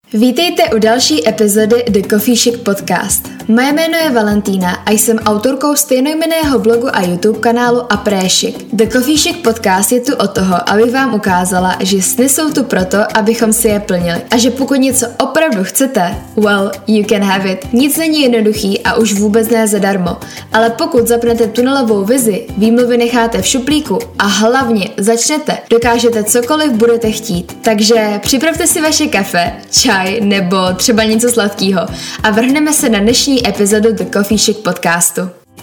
Vítejte u další epizody The Coffee Chic Podcast. Moje jméno je Valentína a jsem autorkou stejnojmenného blogu a YouTube kanálu Après Chic. The Coffee Chic Podcast je tu od toho, aby vám ukázala, že sny jsou tu proto, abychom si je plnili. A že pokud něco opravdu chcete, well, you can have it. Nic není jednoduchý a už vůbec ne zadarmo. Ale pokud zapnete tunelovou vizi, výmluvy necháte v šuplíku a hlavně začnete, dokážete cokoliv budete chtít. Takže připravte si vaše kafe, čaj nebo třeba něco sladkého a vrhneme se na dnešní epizodu The Coffee Chic podcastu.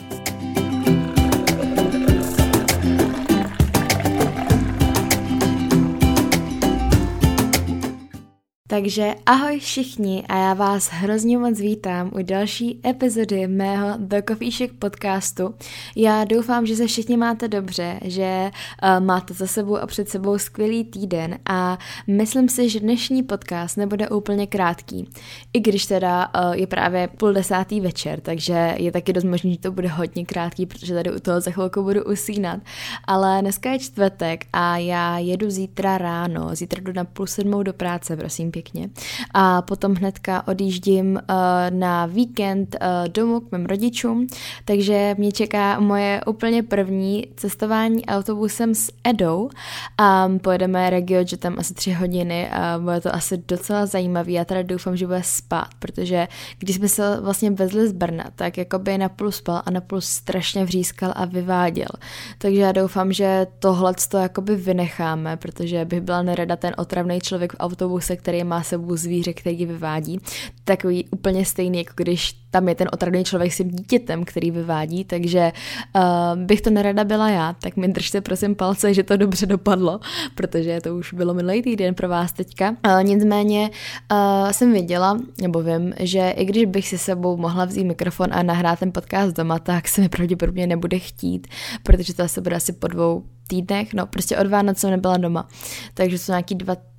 Takže ahoj všichni a já vás hrozně moc vítám u další epizody mého The Coffee Chic podcastu. Já doufám, že se všichni máte dobře, že máte za sebou a před sebou skvělý týden a myslím si, že dnešní podcast nebude úplně krátký. I když teda je právě 9:30 večer, takže je taky dost možný, že to bude hodně krátký, protože tady u toho za chvilku budu usínat. Ale dneska je čtvrtek a já jedu zítra ráno, zítra jdu na 6:30 do práce, prosím pěkně. A potom hnedka odjíždím na víkend domů k mým rodičům, takže mě čeká moje úplně první cestování autobusem s Edou. Pojedeme RegioJetem asi 3 hodiny a bude to asi docela zajímavý. Já teda doufám, že bude spát, protože když jsme se vlastně vezli z Brna, tak jakoby napůl spal a napůl strašně vřískal a vyváděl. Takže já doufám, že tohleto jakoby vynecháme, protože bych byla nerada ten otravný člověk v autobuse, který má sebou zvíře, který vyvádí. Takový úplně stejný, jako když tam je ten otravný člověk s tím dítětem, který vyvádí, takže bych to nerada byla já, tak mi držte prosím palce, že to dobře dopadlo, protože to už bylo minulý týden pro vás teďka. Nicméně jsem věděla, nebo vím, že i když bych si sebou mohla vzít mikrofon a nahrát ten podcast doma, tak se mi pravděpodobně nebude chtít, protože to asi bude asi po 2 týdnech, no prostě od Vánoc jsem nebyla doma, takže jsou nějaký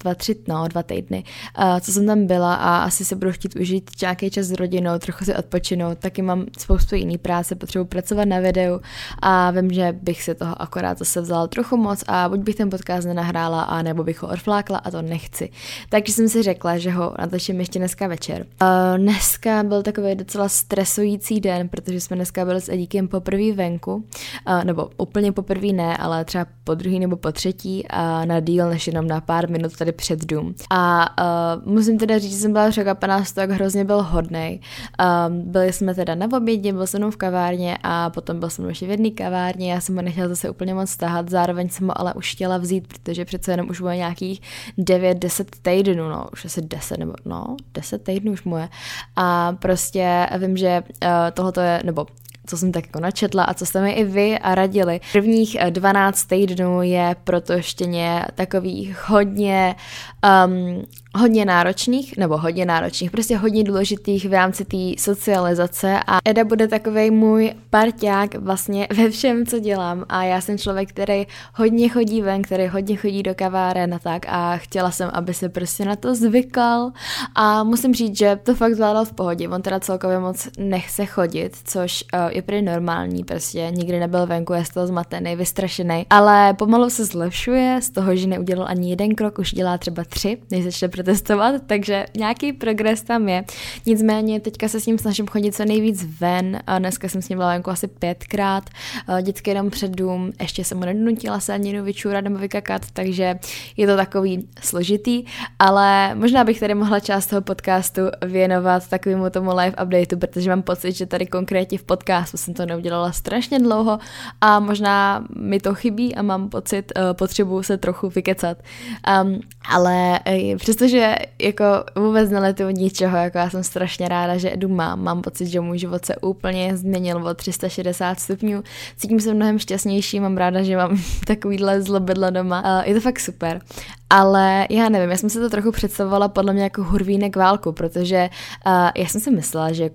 2 týdny, co jsem tam byla a asi se budu chtít užít nějaký čas s rodinou, trochu si odpočinout, taky mám spoustu jiný práce, potřebuji pracovat na videu a vím, že bych si toho akorát zase vzala trochu moc a buď bych ten podcast nenahrála, a nebo bych ho odflákla a to nechci. Takže jsem si řekla, že ho natočím ještě dneska večer. Dneska byl takový docela stresující den, protože jsme dneska byli s Edíkem poprvé venku, nebo úplně poprvé ne, ale třeba po druhý nebo po třetí a na díl, než jenom na pár minut tady před dům. A musím teda říct, že jsem byla překvapená z toho, jak hrozně byl hodnej. Byli jsme teda na obědě, byl jsem v kavárně a potom byl jsem ještě v jedné kavárně, já jsem ho nechtěla zase úplně moc tahat, zároveň jsem ho ale už chtěla vzít, protože přece jenom už bude nějakých 9-10 týdnů, no už asi 10 týdnů už mu je. A prostě vím, že tohleto je, nebo co jsem tak jako načetla a co jste mi i vy a radili. Prvních 12 týdnů je pro to štěně takových hodně náročných, prostě hodně důležitých v rámci té socializace a Eda bude takovej můj parťák vlastně ve všem, co dělám a já jsem člověk, který hodně chodí ven, který hodně chodí do kaváren a tak a chtěla jsem, aby se prostě na to zvykal a musím říct, že to fakt zvládal v pohodě, on teda celkově moc nechce chodit, což je prý normální, prostě nikdy nebyl venku, je z toho zmatený, vystrašený, ale pomalu se zlepšuje z toho, že neudělal ani jeden krok, už dělá třeba 3, než začne protestovat, takže nějaký progres tam je. Nicméně teďka se s ním snažím chodit co nejvíc ven a dneska jsem s ním byla venku asi 5krát, vždycky jenom před dům, ještě jsem mu nedonutila se ani vyčůrat nebo vykakat, takže je to takový složitý, ale možná bych tady mohla část toho podcastu věnovat takovému tomu live updateu, protože mám pocit, že tady konkrétně v podcastu jsem to neudělala strašně dlouho a možná mi to chybí a mám pocit, potřebuji se trochu vykecat. Ale přestože jako vůbec neletuju ničeho, jako já jsem strašně ráda, že Edu mám pocit, že můj život se úplně změnil o 360 stupňů, cítím se mnohem šťastnější, mám ráda, že mám takovýhle zlobydlo doma, je to fakt super. Ale já nevím, já jsem si to trochu představovala podle mě jako hurvínek válku, protože já jsem si myslela, že jako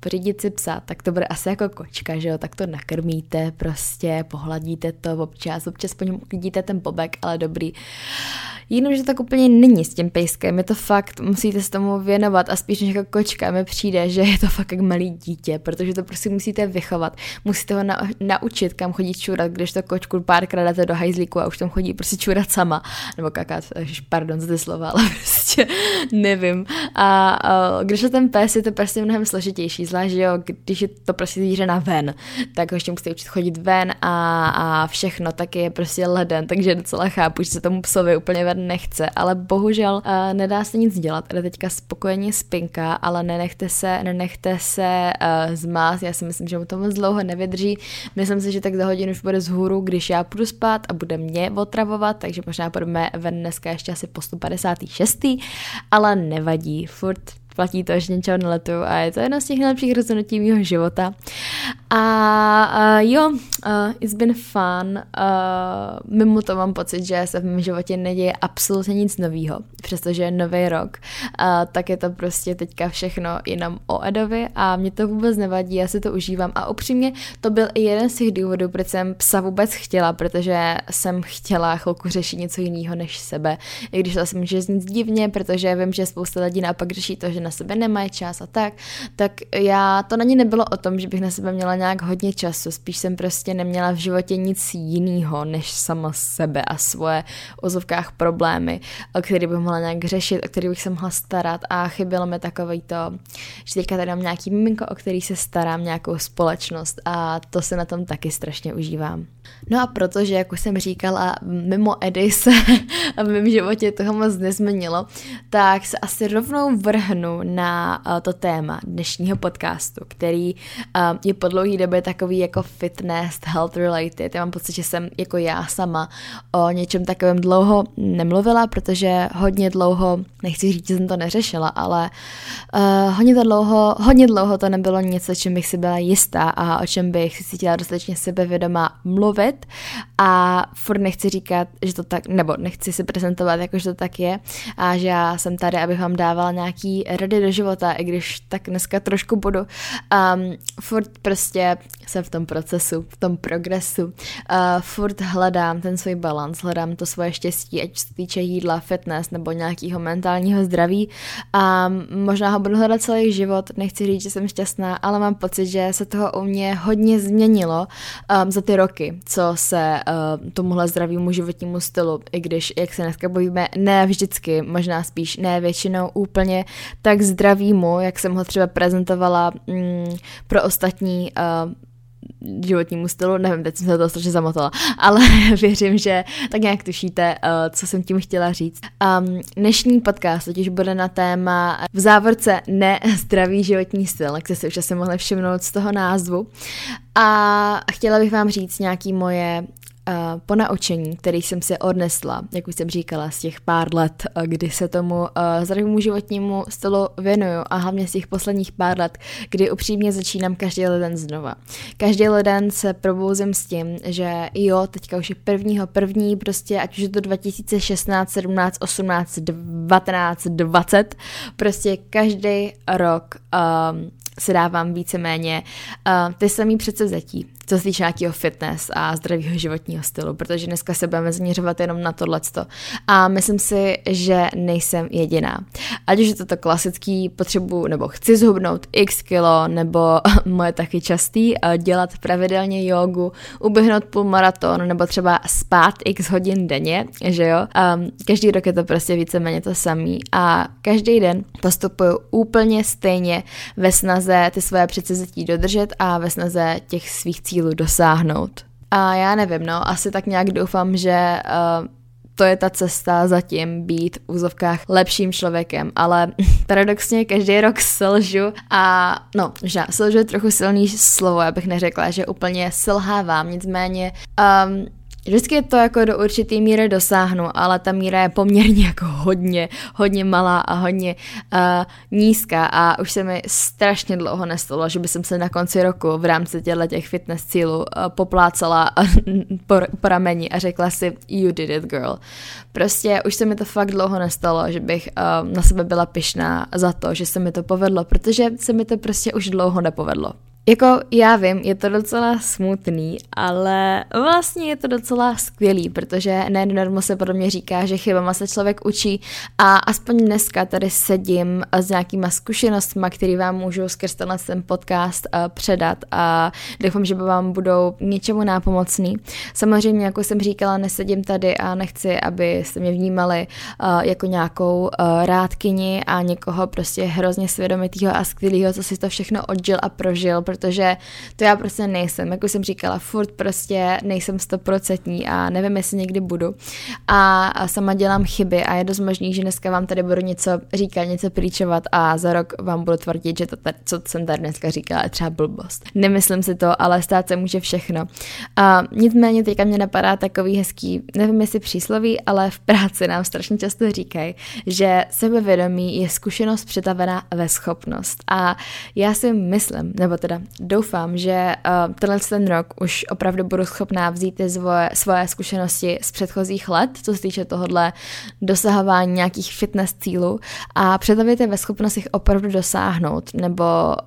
pořídit si psa, tak to bude asi jako kočka, že jo, tak to nakrmíte, prostě pohladíte to občas po něm uklidíte ten bobek, ale dobrý. Jenomže to tak úplně není s tím pejskem, je to fakt, musíte se tomu věnovat a spíš než jako kočka mi přijde, že je to fakt jak malý dítě, protože to prostě musíte vychovat, musíte ho naučit, kam chodí čůrat, když to kočku párkrát dáte do hajzlíku a už tam chodí prostě čůrat sama, nebo kakat, pardon za ty slova, ale prostě nevím. A když je ten pes, je to prostě mnohem složitější, zvlášť, že jo, když je to prostě zvířena ven, tak ho ještě musíte učit chodit ven a všechno, tak je prostě leden, takže docela chápu, že se tomu psovi úplně ven nechce, ale bohužel nedá se nic dělat, ale teďka spokojeně spinká, ale nenechte se zmást, já si myslím, že mu to moc dlouho nevydrží, myslím si, že tak za hodinu už bude vzhůru, když já půjdu spát a bude mě otravovat, takže možná půjdeme ven dneska ještě asi po 156. Ale nevadí, furt platí to, že něčeho neletuju a je to jedno z těch nejlepších rozhodnutí mýho života. It's been fun. Mimo to mám pocit, že se v mém životě neděje absolutně nic novýho, přestože je nový rok, tak je to prostě teďka všechno jenom o Edovi a mě to vůbec nevadí, já si to užívám a upřímně to byl i jeden z těch důvodů, proč jsem psa vůbec chtěla, protože jsem chtěla chvilku řešit něco jiného než sebe, i když to si může znít divně, protože vím, že spousta lidí naopak řeší to, že na sebe nemají čas a tak já to na ní nebylo o tom, že bych na sebe měla nějak hodně času, spíš jsem prostě neměla v životě nic jiného než sama sebe a svoje ozovkách problémy, o který bych mohla nějak řešit, o který bych se mohla starat a chybělo mi takový to, že teďka tady mám nějaký miminko, o který se starám, nějakou společnost a to se na tom taky strašně užívám. No a protože, jak už jsem říkala, mimo Edy se v mém životě toho moc nezměnilo, tak se asi rovnou vrhnu na to téma dnešního podcastu, který je po dlouhé době takový jako fitness, health related. Já mám pocit, že jsem jako já sama o něčem takovém dlouho nemluvila, hodně dlouho, nechci říct, že jsem to neřešila, ale hodně dlouho to nebylo něco, čím bych si byla jistá a o čem bych si cítila dostatečně sebevědomá mluvit a furt nechci říkat, že to tak, nebo nechci si prezentovat, jako že to tak je a že já jsem tady, abych vám dávala nějaký rady do života, i když tak dneska trošku budu. Furt prostě jsem v tom procesu, v tom progresu. Furt hledám ten svůj balans, hledám to svoje štěstí, ať se týče jídla, fitness nebo nějakého mentálního zdraví. A možná ho budu hledat celý život, nechci říct, že jsem šťastná, ale mám pocit, že se toho u mě hodně změnilo za ty roky, co se tomuhle zdravému životnímu stylu, i když, jak se dneska bavíme, ne vždycky, možná spíš ne většinou úplně tak zdravýmu, jak jsem ho třeba prezentovala pro ostatní životnímu stylu, nevím, teď jsem se to strašně zamotala, ale věřím, že tak nějak tušíte, co jsem tím chtěla říct. Dnešní podcast totiž bude na téma v závorce nezdravý životní styl, jak jste si už asi mohli všimnout z toho názvu. A chtěla bych vám říct nějaký moje ponaučení, který jsem si odnesla, jak už jsem říkala, z těch pár let, kdy se tomu zdravému životnímu stylu věnuju a hlavně z těch posledních pár let, kdy upřímně začínám každý den znova. Každý den se probouzím s tím, že jo, teďka už je první, prostě ať už je to 2016, 17, 18, 19, 20, prostě každý rok si dávám víceméně ty samý předsevzetí, co se týče nějakého fitness a zdravého životního stylu, protože dneska se budeme zaměřovat jenom na tohleto. A myslím si, že nejsem jediná. Ať už je to klasický potřebu, nebo chci zhubnout x kilo, nebo moje taky častý, dělat pravidelně jogu, uběhnout půlmaraton, nebo třeba spát x hodin denně, že jo. Každý rok je to prostě víceméně to samý a každý den postupuju úplně stejně ve snaze ty svoje předsevzetí dodržet a ve snaze těch svých cílů dosáhnout. A já nevím, asi tak nějak doufám, že to je ta cesta zatím být v úzovkách lepším člověkem, ale paradoxně každý rok selžu a selžu je trochu silný slovo, já bych neřekla, že úplně selhávám, nicméně vždycky je to jako do určitý míry dosáhnu, ale ta míra je poměrně jako hodně malá a hodně nízká a už se mi strašně dlouho nestalo, že by jsem se na konci roku v rámci těch fitness cílů poplácala po rameni a řekla si you did it girl. Prostě už se mi to fakt dlouho nestalo, že bych na sebe byla pyšná za to, že se mi to povedlo, protože se mi to prostě už dlouho nepovedlo. Jako já vím, je to docela smutný, ale vlastně je to docela skvělý, protože nejednou se podle mě říká, že chybama se člověk učí a aspoň dneska tady sedím s nějakýma zkušenostmi, které vám můžu skrz ten podcast předat a doufám, že vám budou něčemu nápomocný. Samozřejmě, jako jsem říkala, nesedím tady a nechci, abyste mě vnímali jako nějakou rádkyni a někoho prostě hrozně svědomitýho a skvělýho, co si to všechno odžil a prožil, protože to já prostě nejsem, jako jsem říkala, furt prostě nejsem 100% a nevím, jestli někdy budu a sama dělám chyby a je dost možný, že dneska vám tady budu něco říkat, něco prýčovat a za rok vám budu tvrdit, že to, co jsem tady dneska říkala, je třeba blbost. Nemyslím si to, ale stát se může všechno. A nicméně teďka mě napadá takový hezký, nevím jestli přísloví, ale v práci nám strašně často říkají, že sebevědomí je zkušenost přetavená ve schopnost a já si myslím, nebo teda doufám, že ten rok už opravdu budu schopná vzít svoje zkušenosti z předchozích let, co se týče tohohle dosahování nějakých fitness cílů a přetavit je ve schopnost jich opravdu dosáhnout, nebo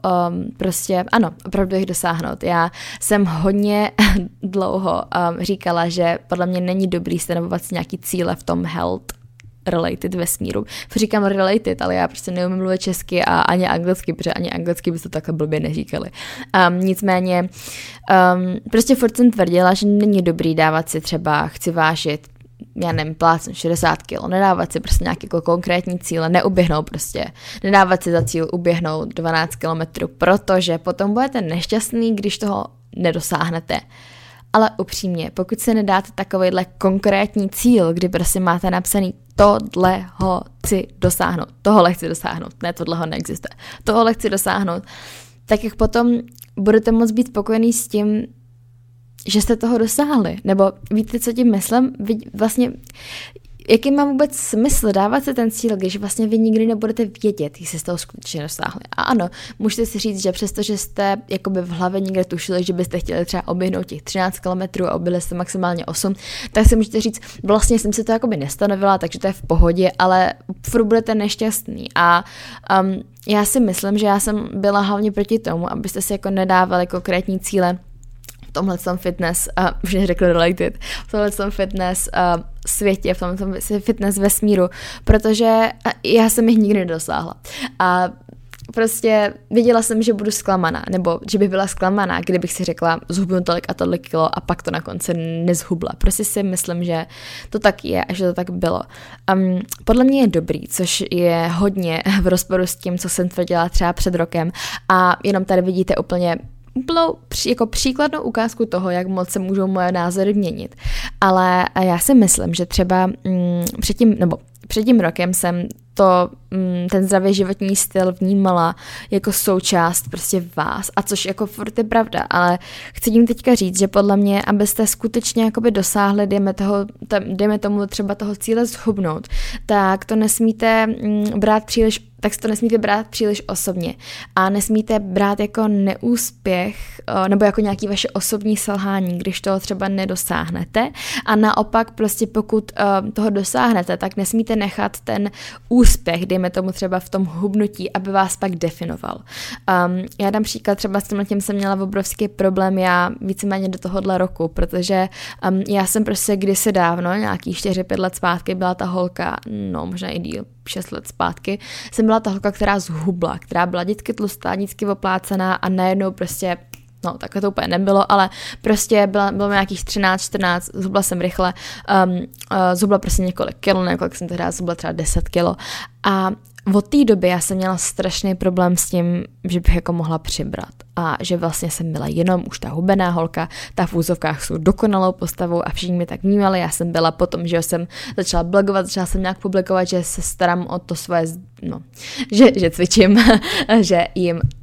prostě ano, opravdu jich dosáhnout. Já jsem hodně dlouho říkala, že podle mě není dobrý stanovovat si nějaký cíle v tom health related vesmíru. Říkám related, ale já prostě neumím mluvit česky a ani anglicky, protože ani anglicky by to takhle blbě neříkali. Nicméně prostě furt jsem tvrdila, že není dobrý dávat si třeba chci vážit, já nevím, plácnu 60 kg, nedávat si prostě nějaký jako konkrétní cíle, neuběhnout prostě, nedávat si za cíl uběhnout 12 kilometrů, protože potom budete nešťastný, když toho nedosáhnete. Ale upřímně, pokud se nedáte takovejhle konkrétní cíl, kdy prostě máte napsaný tohle chci dosáhnout, tohle chci dosáhnout, ne tohle neexistuje, tohle chci dosáhnout, tak jak potom budete moct být spokojený s tím, že jste toho dosáhli, nebo víte, co tím myslím? Vlastně, jaký má vůbec smysl dávat se ten cíl, když vlastně vy nikdy nebudete vědět, jestli jste ho skutečně dosáhli. A ano, můžete si říct, že přestože jste jakoby v hlavě někde tušili, že byste chtěli třeba oběhnout těch 13 km a objeli jste maximálně 8, tak si můžete říct, vlastně jsem si to jakoby nestanovila, takže to je v pohodě, ale furt budete nešťastný. A já si myslím, že já jsem byla hlavně proti tomu, abyste si jako nedávali konkrétní cíle v tomhle fitness, už neřekl related, v tomhle fitness světě, v tomhle fitness vesmíru, protože já jsem jich nikdy nedosáhla. A prostě věděla jsem, že budu zklamaná, nebo že bych byla zklamaná, kdybych si řekla, zhubnu tolik a tolik kilo a pak to na konci nezhubla. Prostě si myslím, že to tak je a že to tak bylo. Podle mě je dobrý, což je hodně v rozporu s tím, co jsem tvrdila třeba před rokem a jenom tady vidíte úplně jako příkladnou ukázku toho, jak moc se můžou moje názory měnit. Ale já si myslím, že třeba před tím rokem jsem ten zdravý životní styl vnímala jako součást prostě vás, a což jako furt je pravda, ale chci tím teďka říct, že podle mě, abyste skutečně jakoby dosáhli, dejme tomu třeba toho cíle zhubnout, tak to nesmíte brát příliš osobně a nesmíte brát jako neúspěch nebo jako nějaký vaše osobní selhání, když toho třeba nedosáhnete a naopak prostě pokud toho dosáhnete, tak nesmíte nechat ten úspěch, dejme tomu třeba v tom hubnutí, aby vás pak definoval. Já dám příklad, třeba s tím jsem měla obrovský problém já víceméně do tohohle roku, protože já jsem prostě kdysi dávno, nějakých 4-5 let zpátky byla ta holka, no možná i díl, 6 let zpátky, jsem byla ta holka, která zhubla, která byla vždycky tlustá, vždycky oplácená a najednou prostě, no takhle to úplně nebylo, ale prostě bylo nějakých 13-14, zhubla jsem rychle, zhubla prostě několik kilo, několik jsem teda zhubla třeba 10 kilo a od té doby já jsem měla strašný problém s tím, že bych jako mohla přibrat a že vlastně jsem byla jenom už ta hubená holka, ta v úzovkách jsou dokonalou postavou a všichni mě tak vnímali, já jsem byla potom, že jsem začala blogovat, začala jsem nějak publikovat, že se starám o to svoje, no, že cvičím, že jim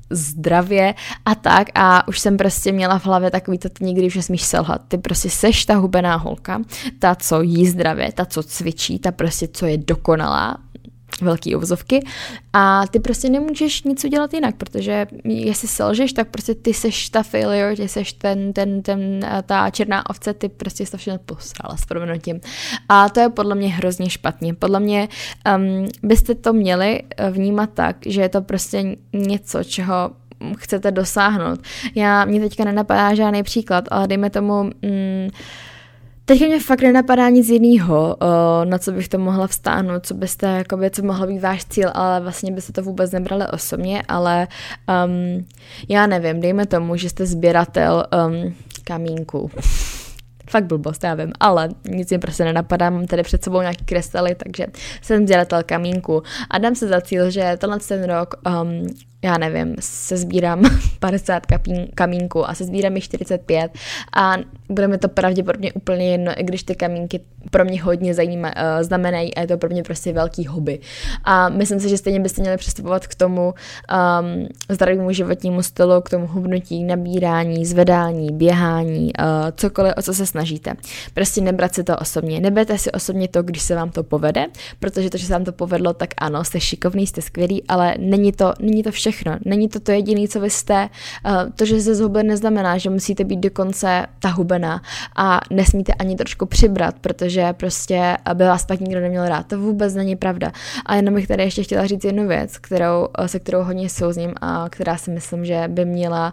zdravě a tak a už jsem prostě měla v hlavě takový to, ty nikdy už nesmíš selhat, ty prostě seš ta hubená holka, ta, co jí zdravě, ta, co cvičí, ta prostě, co je dokonalá, velký uvozovky a ty prostě nemůžeš nic udělat jinak, protože jestli selžeš, tak prostě ty seš ta failure, ty seš ta černá ovce, ty prostě jsi to všechno posrala s proměnutím. A to je podle mě hrozně špatně. Podle mě byste to měli vnímat tak, že je to prostě něco, čeho chcete dosáhnout. Mě teďka nenapadá žádný příklad, ale dejme tomu teďka mě fakt nenapadá nic jiného, na co bych to mohla vztáhnout, co byste, jakoby, co mohlo být váš cíl, ale vlastně byste to vůbec nebrali osobně, ale já nevím, dejme tomu, že jste sběratel kamínků. Fakt blbost, já vím, ale nic mi prostě nenapadá, mám tady před sebou nějaký krystaly, takže jsem sběratel kamínku a dám se za cíl, že tenhle ten rok já nevím, se sbírám 50 kamínků a se sbírám jich 45 a bude mi to pravděpodobně úplně jedno, i když ty kamínky pro mě hodně znamenají a je to pro mě prostě velký hobby. A myslím si, že stejně byste měli přistupovat k tomu zdravému životnímu stylu, k tomu hubnutí, nabírání, zvedání, běhání, cokoliv, o co se snažíte. Prostě nebrat si to osobně. Neberte si osobně to, když se vám to povede, protože to, že se vám to povedlo, tak ano, jste šikovný, jste skvělý, ale není to všechno. Není to jediné, co vy jste. To, že se zhubli, neznamená, že musíte být dokonce ta hubená a nesmíte ani trošku přibrat, protože prostě by vás pak nikdo neměl rád. To vůbec není pravda. A jenom bych tady ještě chtěla říct jednu věc, se kterou hodně souzním a která si myslím, že by měla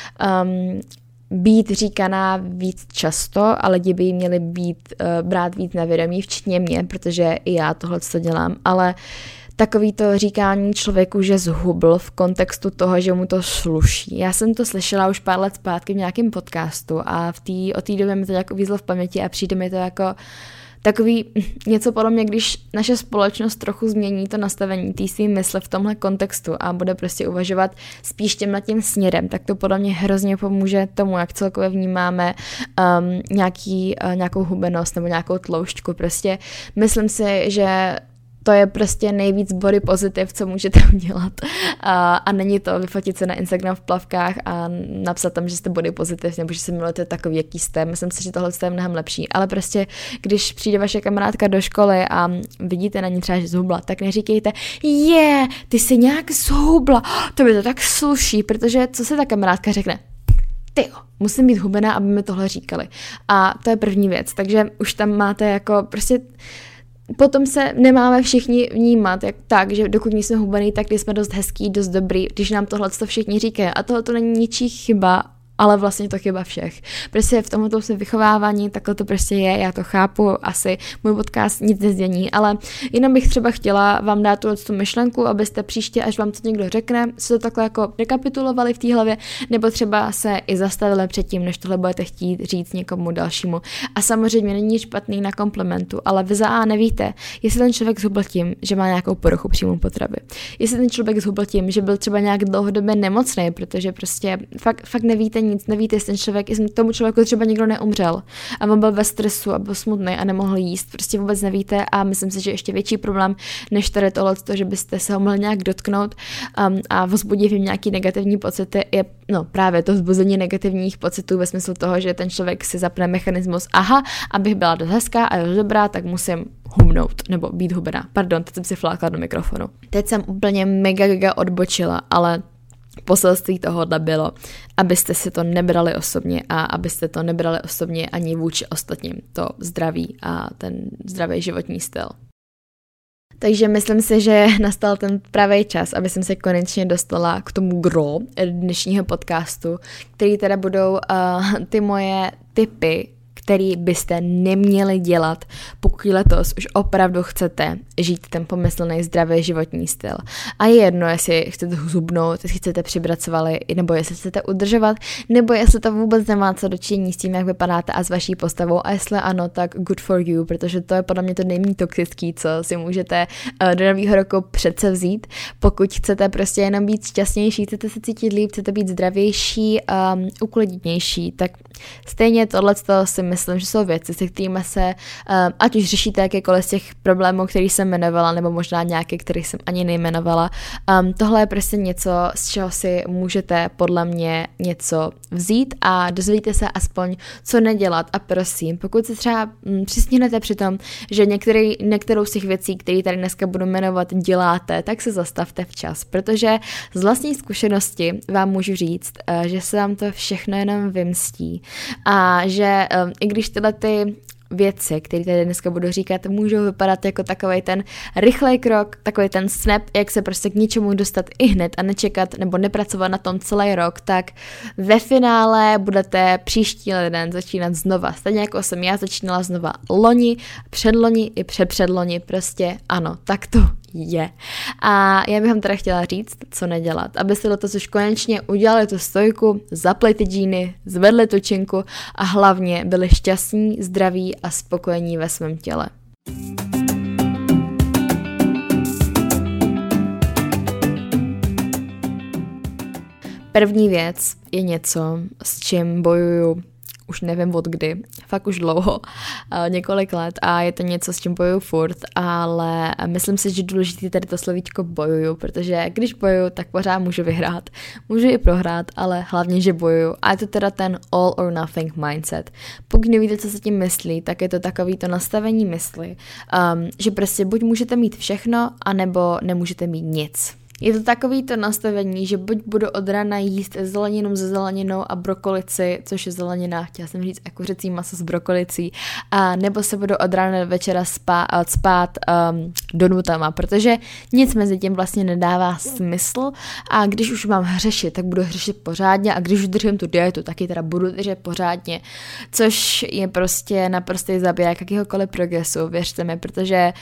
být říkaná víc často a lidi by jí měli brát víc na vědomí, včetně mě, protože i já tohleto dělám, ale takový to říkání člověku, že zhubl v kontextu toho, že mu to sluší. Já jsem to slyšela už pár let zpátky v nějakém podcastu a od té doby mi to jako uvízlo v paměti a přijde mi to jako takový něco podle mě, když naše společnost trochu změní to nastavení té svý mysli v tomhle kontextu a bude prostě uvažovat spíš tím směrem, tak to podle mě hrozně pomůže tomu, jak celkově vnímáme nějakou hubenost nebo nějakou tloušťku. Prostě myslím si, že to je prostě nejvíc body pozitiv, co můžete udělat. A není to vyfotit se na Instagram v plavkách a napsat tam, že jste body pozitiv, nebo že se milujete takový, jaký jste. Myslím si, že tohle je mnohem lepší. Ale prostě, když přijde vaše kamarádka do školy a vidíte na ní třeba, že zhubla, tak neříkejte, ty jsi nějak zhubla, to by to tak sluší, protože co se ta kamarádka řekne? Tyjo, musím být hubená, aby mi tohle říkali. A to je první věc. Takže už tam máte jako prostě potom se nemáme všichni vnímat tak, že dokud nejsme hubený, tak jsme dost hezký, dost dobrý, když nám tohle všichni říkají. A tohle to není ničí chyba, ale vlastně to chyba všech. Prostě v tomto se vychovávání, takhle to prostě je, já to chápu, asi můj podcast nic nezmění, ale jenom bych třeba chtěla vám dát tu myšlenku, abyste příště, až vám to někdo řekne, se to takhle jako rekapitulovali v té hlavě, nebo třeba se i zastavili předtím, než tohle budete chtít říct někomu dalšímu. A samozřejmě není nic špatný na komplimentu, ale vy za A nevíte, jestli ten člověk zhubl tím, že má nějakou poruchu příjmu potravy. Jestli ten člověk zhubl tím, že byl třeba nějak dlouhodobě nemocný, protože prostě fakt nevíte nic, nevíte, jestli ten člověk, jestli tomu člověku třeba někdo neumřel a on byl ve stresu a byl smutný a nemohl jíst, prostě vůbec nevíte a myslím si, že ještě větší problém, než tady tohle, že byste se ho mohli nějak dotknout a vzbudit v něm nějaký negativní pocity, je právě to vzbuzení negativních pocitů ve smyslu toho, že ten člověk si zapne mechanismus, abych byla dost hezká a dost dobrá, tak musím hubnout nebo být hubená. Pardon, teď jsem si flákla do mikrofonu. Teď jsem úplně mega odbočila, ale poselství tohohle bylo, abyste si to nebrali osobně a abyste to nebrali osobně ani vůči ostatním, to zdraví a ten zdravý životní styl. Takže myslím si, že nastal ten pravý čas, aby jsem se konečně dostala k tomu gro dnešního podcastu, který teda budou ty moje tipy, který byste neměli dělat, pokud letos už opravdu chcete žít ten pomyslný zdravý životní styl. A je jedno, jestli chcete zhubnout, jestli chcete přibrat svaly, nebo jestli chcete udržovat, nebo jestli to vůbec nemá co dočinění s tím, jak vypadáte a s vaší postavou. A jestli ano, tak good for you, protože to je podle mě to nejméně toxický, co si můžete do nového roku přece vzít. Pokud chcete prostě jenom být šťastnější, chcete se cítit líp, chcete být zdravější, uklidnější, tak stejně tohleto si myslím, myslím, že jsou věci, se kterými se, ať už řešíte jakékoliv z těch problémů, který jsem jmenovala, nebo možná nějaké, který jsem ani nejmenovala. Tohle je prostě něco, z čeho si můžete podle mě něco vzít a dozvíte se aspoň, co nedělat. A prosím, pokud se třeba přisněhnete při tom, že některou z těch věcí, které tady dneska budu jmenovat, děláte, tak se zastavte včas, protože z vlastní zkušenosti vám můžu říct, že se vám to všechno jenom vymstí a že i když tyhle ty věci, které tady dneska budu říkat, můžou vypadat jako takovej ten rychlej krok, takový ten snap, jak se prostě k něčemu dostat i hned a nečekat nebo nepracovat na tom celý rok, tak ve finále budete příští leden začínat znova. Stejně jako jsem já začínala znova loni, předloni i předpředloni, prostě ano, tak to je. A já bych vám teda chtěla říct, co nedělat. Abyste do toho už konečně udělali tu stojku, zapli ty džíny, zvedli tu činku a hlavně byli šťastní, zdraví a spokojení ve svém těle. První věc je něco, s čím bojuju už nevím od kdy, fakt už dlouho, několik let a je to něco, s čím bojuju furt, ale myslím si, že důležitý tady to slovíčko bojuju, protože když bojuju, tak pořád můžu vyhrát, můžu i prohrát, ale hlavně, že bojuju a je to teda ten all or nothing mindset. Pokud nevíte, co se tím myslí, tak je to takový to nastavení mysli, že prostě buď můžete mít všechno, anebo nemůžete mít nic. Je to takový to nastavení, že buď budu od rána jíst zeleninu se zeleninou a brokolici, což je zelenina, chtěla jsem říct kuřecí maso s brokolicí, a nebo se budu od rána do večera spát donutama, protože nic mezi tím vlastně nedává smysl a když už mám hřešit, tak budu hřešit pořádně a když už držím tu dietu, tak ji teda budu držet pořádně, což je prostě naprostý zabiják jakýhokoliv progresu, věřte mi, protože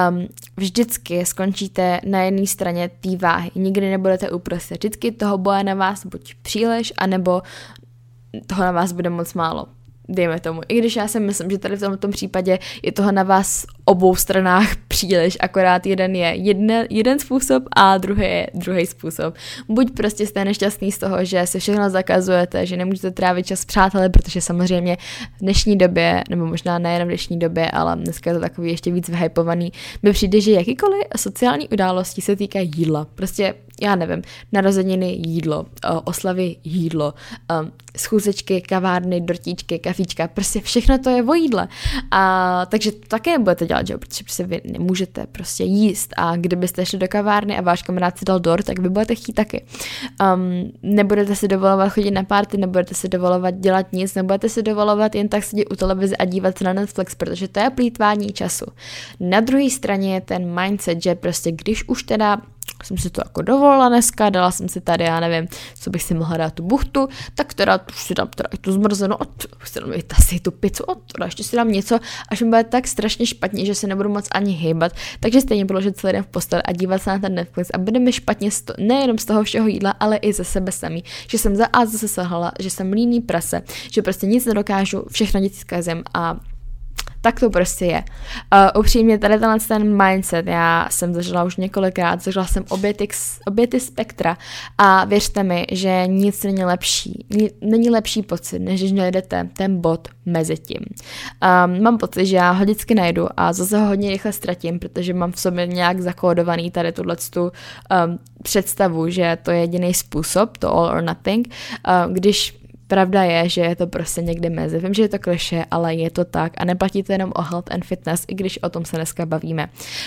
vždycky skončíte na jedné straně té váhy. Nikdy nebudete uprostřed. Vždycky toho bude na vás buď příliš, anebo toho na vás bude moc málo. Dejme tomu. I když já si myslím, že tady v tomto případě je toho na vás obou stranách příliš, akorát jeden je jeden způsob a druhý je druhý způsob. Buď prostě jste nešťastný z toho, že si všechno zakazujete, že nemůžete trávit čas s přáteli, protože samozřejmě v dnešní době, nebo možná nejen v dnešní době, ale dneska je to takový ještě víc vyhypovaný, mi přijde, že jakýkoliv sociální události se týkají jídla. Prostě já nevím, narozeniny jídlo, oslavy jídlo, schůzečky, kavárny, dortíčky, kafíčka, prostě všechno to je o jídle. A takže to také nebudete dělat, že? Protože prostě vy nemůžete prostě jíst a kdybyste šli do kavárny a váš kamarád si dal dort, tak vy budete chtít taky. Nebudete si dovolovat chodit na party, nebudete si dovolovat dělat nic, nebudete si dovolovat jen tak sedět u televize a dívat se na Netflix, protože to je plýtvání času. Na druhé straně je ten mindset, že prostě když už teda jsem si to jako dovolila dneska, dala jsem si tady, já nevím, co bych si mohla dát tu buchtu, tak teda už si dám teda i tu zmrzenou, si dám i asi tu pizzu, teda ještě si dám něco, až mi bude tak strašně špatně, že se nebudu moc ani hýbat, takže stejně budu ležet celý den v posteli a dívat se na ten Netflix a bude mi špatně nejenom z toho všeho jídla, ale i ze sebe samý, že jsem zase selhala, že jsem líný prase, že prostě nic nedokážu, všechno děti zkazím a tak to prostě je. Upřímně tady ten mindset, já jsem zažila už několikrát, zažila jsem obě ty spektra a věřte mi, že nic není lepší. Není lepší pocit, než když najdete ten bod mezi tím. Mám pocit, že já ho vždycky najdu a zase ho hodně rychle ztratím, protože mám v sobě nějak zakódovaný tady tuhletu představu, že to je jediný způsob, to all or nothing, když pravda je, že je to prostě někde mezi. Vím, že je to klišé, ale je to tak a neplatí to jenom o health and fitness, i když o tom se dneska bavíme.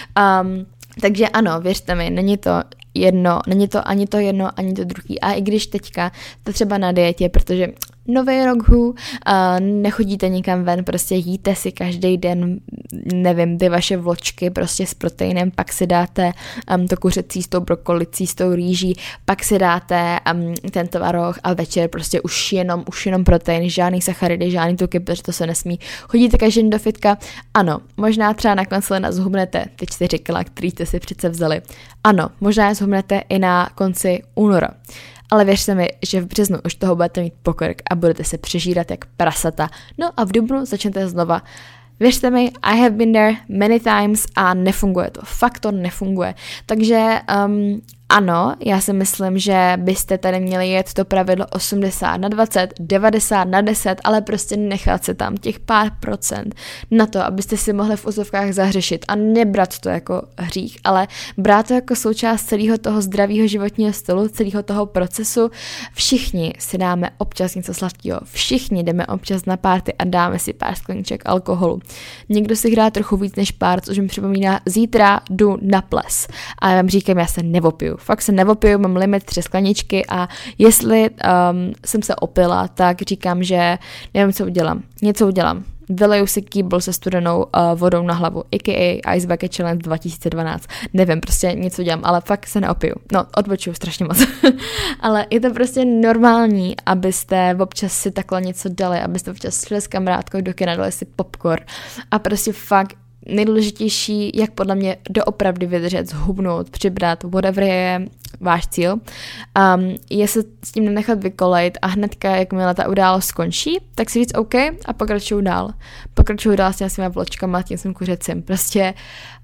Takže ano, věřte mi, není to ani to jedno, ani to druhý. A i když teďka to třeba na dietě, protože nový rok, nechodíte nikam ven, prostě jíte si každý den, nevím, ty vaše vločky prostě s proteinem, pak si dáte to kuřecí s tou brokolicí, s tou rýží, pak si dáte ten tvaroh a večer prostě už jenom protein, žádný sacharidy, žádný tuky, protože to se nesmí. Chodíte každý den do fitka? Ano, možná třeba na konci ledna zhubnete ty 4 kila, který jste si přece vzali. Ano, možná je zhubnete i na konci února. Ale věřte mi, že v březnu už toho budete mít pokrk a budete se přežírat jak prasata. No a v dubnu začnete znova. Věřte mi, I have been there many times a nefunguje to. Fakt to nefunguje. Takže ano, já si myslím, že byste tady měli jet to pravidlo 80/20, 90/10, ale prostě nechat se tam těch pár procent na to, abyste si mohli v úzovkách zahřešit a nebrat to jako hřích, ale brát to jako součást celého toho zdravého životního stylu, celého toho procesu. Všichni si dáme občas něco sladkého, všichni jdeme občas na párty a dáme si pár skleniček alkoholu. Někdo si hrá trochu víc než pár, což mi připomíná, zítra jdu na ples. A já vám říkám, já se nevopiju. Fakt se nevopiju, mám limit 3 skleničky a jestli jsem se opila, tak říkám, že nevím, co udělám. Něco udělám. Vyleju si kýbl se studenou vodou na hlavu, a.k.a. Ice Bucket Challenge 2012. Nevím, prostě něco dělám, ale fakt se neopiju. No, odbočuju strašně moc. Ale je to prostě normální, abyste občas si takhle něco dali, abyste občas šli s kamarádkou do kina, dali si popcorn a prostě fakt nejdůležitější, jak podle mě doopravdy vydržet, zhubnout, přibrat, whatever je váš cíl, je se s tím nenechat vykolejt a hnedka, jakmile ta událost skončí, tak si říct OK a pokračuju dál. Pokračuju dál s těmi svýma vločkama, tím svým kuřecím. Prostě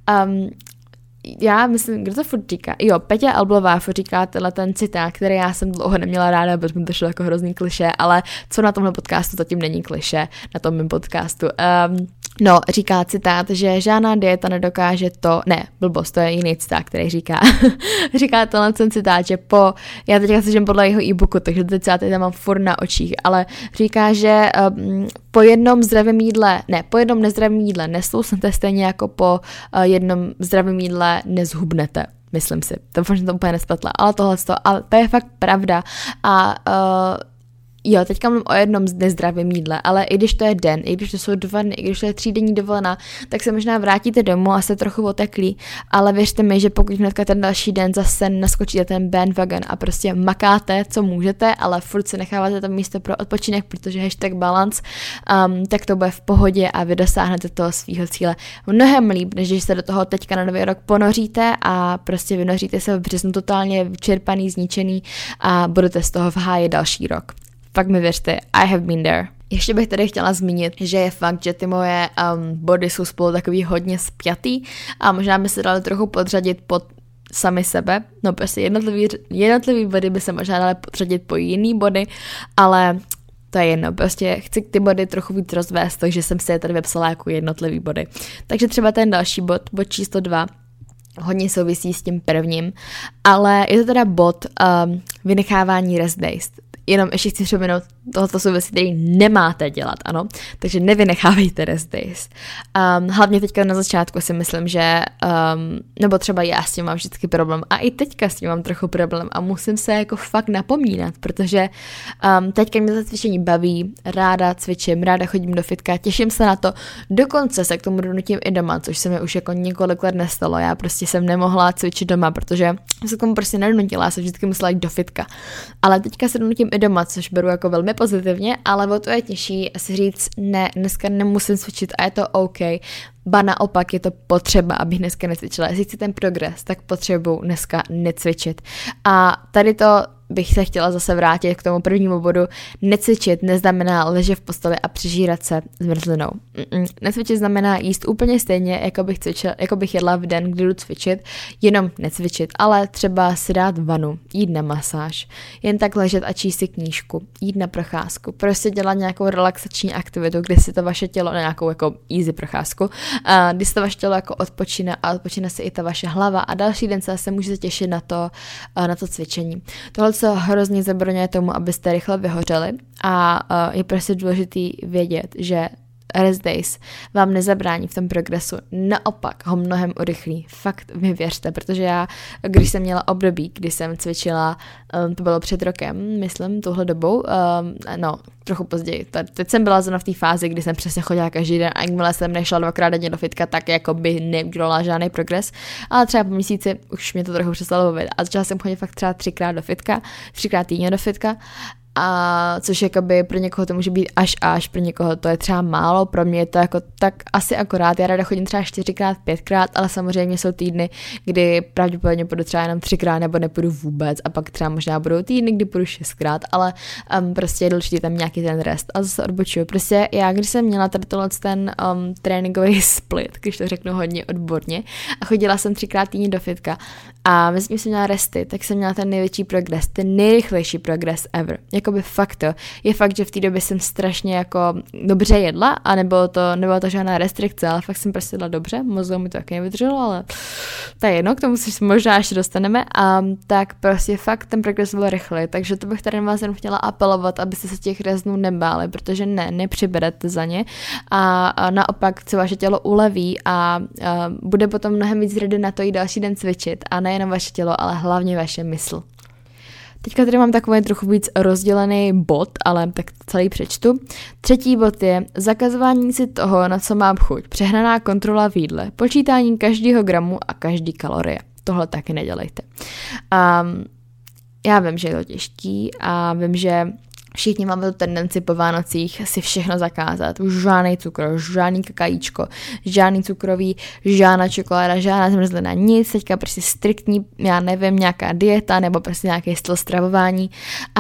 já myslím, kdo to furt říká? Jo, Peťa Alblová furt říká ten citát, který já jsem dlouho neměla ráda, protože mi to šlo jako hrozný klišé, ale co na tomhle podcastu zatím není klišé, na tom mém podcastu. No, říká citát, že žádná dieta nedokáže to, ne, blbost, to je jiný citát, který říká, říká ten citát, že já teďka slyším podle jeho e-booku, takže ty citáty tam mám furt na očích, ale říká, že po jednom nezdravém jídle neslousnete stejně jako po jednom zdravém jídle nezhubnete. Myslím si, to možná to úplně nespletla, ale ale to je fakt pravda a jo, teďka mluvím o jednom nezdravém jídle, ale i když to je den, i když to jsou 2 dny, i když to je 3denní dovolená, tak se možná vrátíte domů a jste trochu oteklí, ale věřte mi, že pokud hnedka ten další den zase naskočíte ten bandwagon a prostě makáte, co můžete, ale furt si necháváte tam místo pro odpočinek, protože #balance, tak to bude v pohodě a vy dosáhnete toho svýho cíle mnohem líp, než když se do toho teďka na nový rok ponoříte a prostě vynoříte se v březnu totálně vyčerpaný, zničený a budete z toho v háji další rok. Fakt mi věřte, I have been there. Ještě bych tady chtěla zmínit, že je fakt, že ty moje body jsou spolu takový hodně spjatý a možná by se dali trochu podřadit pod sami sebe. No prostě jednotlivý body by se možná dali podřadit po jiný body, ale to je jedno, prostě chci ty body trochu víc rozvést, takže jsem si je tady vepsala jako jednotlivý body. Takže třeba ten další bod číslo 2, hodně souvisí s tím prvním, ale je to teda bod vynechávání rest days. Jenom ještě chci připomenout, tohoto jsou věci, které nemáte dělat, ano, takže nevynechávejte rest days. Hlavně teďka na začátku si myslím, že, nebo třeba já s tím mám vždycky problém a i teďka s tím mám trochu problém a musím se jako fakt napomínat, protože teďka mě to cvičení baví, ráda cvičím, ráda chodím do fitka, těším se na to, dokonce se k tomu donutím i doma, což se mi už jako několik let nestalo, já prostě jsem nemohla cvičit doma, protože se k tomu prostě nedonutila, já jsem vždycky musela jít do fitka, ale teďka se donutím i doma, což beru jako velmi pozitivně, ale o to je těžší si říct, ne, dneska nemusím cvičit a je to OK. Ba naopak je to potřeba, abych dneska necvičila. Jestli chci ten progres, tak potřebuji dneska necvičit. A tady to bych se chtěla zase vrátit k tomu prvnímu bodu. Necvičit neznamená ležet v posteli a přežírat se zmrzlinou. Necvičit znamená jíst úplně stejně, jako bych jedla v den, kdy jdu cvičit, jenom necvičit, ale třeba si dát vanu, jít na masáž, jen tak ležet a číst si knížku, jít na procházku, prostě dělat nějakou relaxační aktivitu, kdy si to vaše tělo, nějakou jako easy procházku, kdy si to vaše tělo jako odpočine a odpočine si i ta vaše hlava a další den se zase můžete těšit na to cvičení. Tohle se hrozně zabraňuje tomu, abyste rychle vyhořeli a je prostě důležitý vědět, že rest days vám nezabrání v tom progresu, naopak ho mnohem urychlí. Fakt mi věřte, protože já, když jsem měla období, kdy jsem cvičila, to bylo před rokem, myslím, touhle dobou, trochu později. Teď jsem byla zrovna v té fázi, kdy jsem přesně chodila každý den a jakmile jsem nešla 2krát denně do fitka, tak jako by neudělala žádný progres, ale třeba po měsíci už mě to trochu přestalo bavit a začala jsem chodit fakt třeba 3krát do fitka, 3krát týdně do fitka a což jakoby pro někoho to může být až, pro někoho to je třeba málo, pro mě je to jako tak asi akorát, já ráda chodím třeba 4x, 5x, ale samozřejmě jsou týdny, kdy pravděpodobně půjdu třeba jenom 3x nebo nepůjdu vůbec a pak třeba možná budou týdny, kdy půjdu 6x, ale prostě je důležitý tam nějaký ten rest a zase odbočuju. Prostě já, když jsem měla tady ten tréninkový split, když to řeknu hodně odborně, a chodila jsem 3x týdně do fitka a mezi tím jsem měla resty, tak jsem měla ten největší progres, ten nejrychlejší progres ever. Jakoby fakt to. Je fakt, že v té době jsem strašně jako dobře jedla a nebylo to žádná restrikce, ale fakt jsem prostě jedla dobře, mozku mi to taky nevydrželo, ale to je jedno, k tomu si možná ještě dostaneme a tak prostě fakt ten progres byl rychlý, takže to bych tady na vás jenom chtěla apelovat, abyste se těch reznů nebáli, protože nepřiberete za ně a naopak se vaše tělo uleví a bude potom mnohem víc ready na to jít další den cvičit a nejenom vaše tělo, ale hlavně vaše mysl. Teďka tady mám takový trochu víc rozdělený bod, ale tak celý přečtu. 3. bod je zakazování si toho, na co mám chuť, přehnaná kontrola v jídle, počítání každého gramu a každý kalorie. Tohle taky nedělejte. Já vím, že je to těžký a vím, že všichni máme tu tendenci po Vánocích si všechno zakázat. Už žádný cukr, žádný kakajíčko, žádný cukrový, žádná čokoláda, žádná zmrzlina, nic. Teďka prostě striktní, já nevím, nějaká dieta nebo prostě nějaký styl stravování.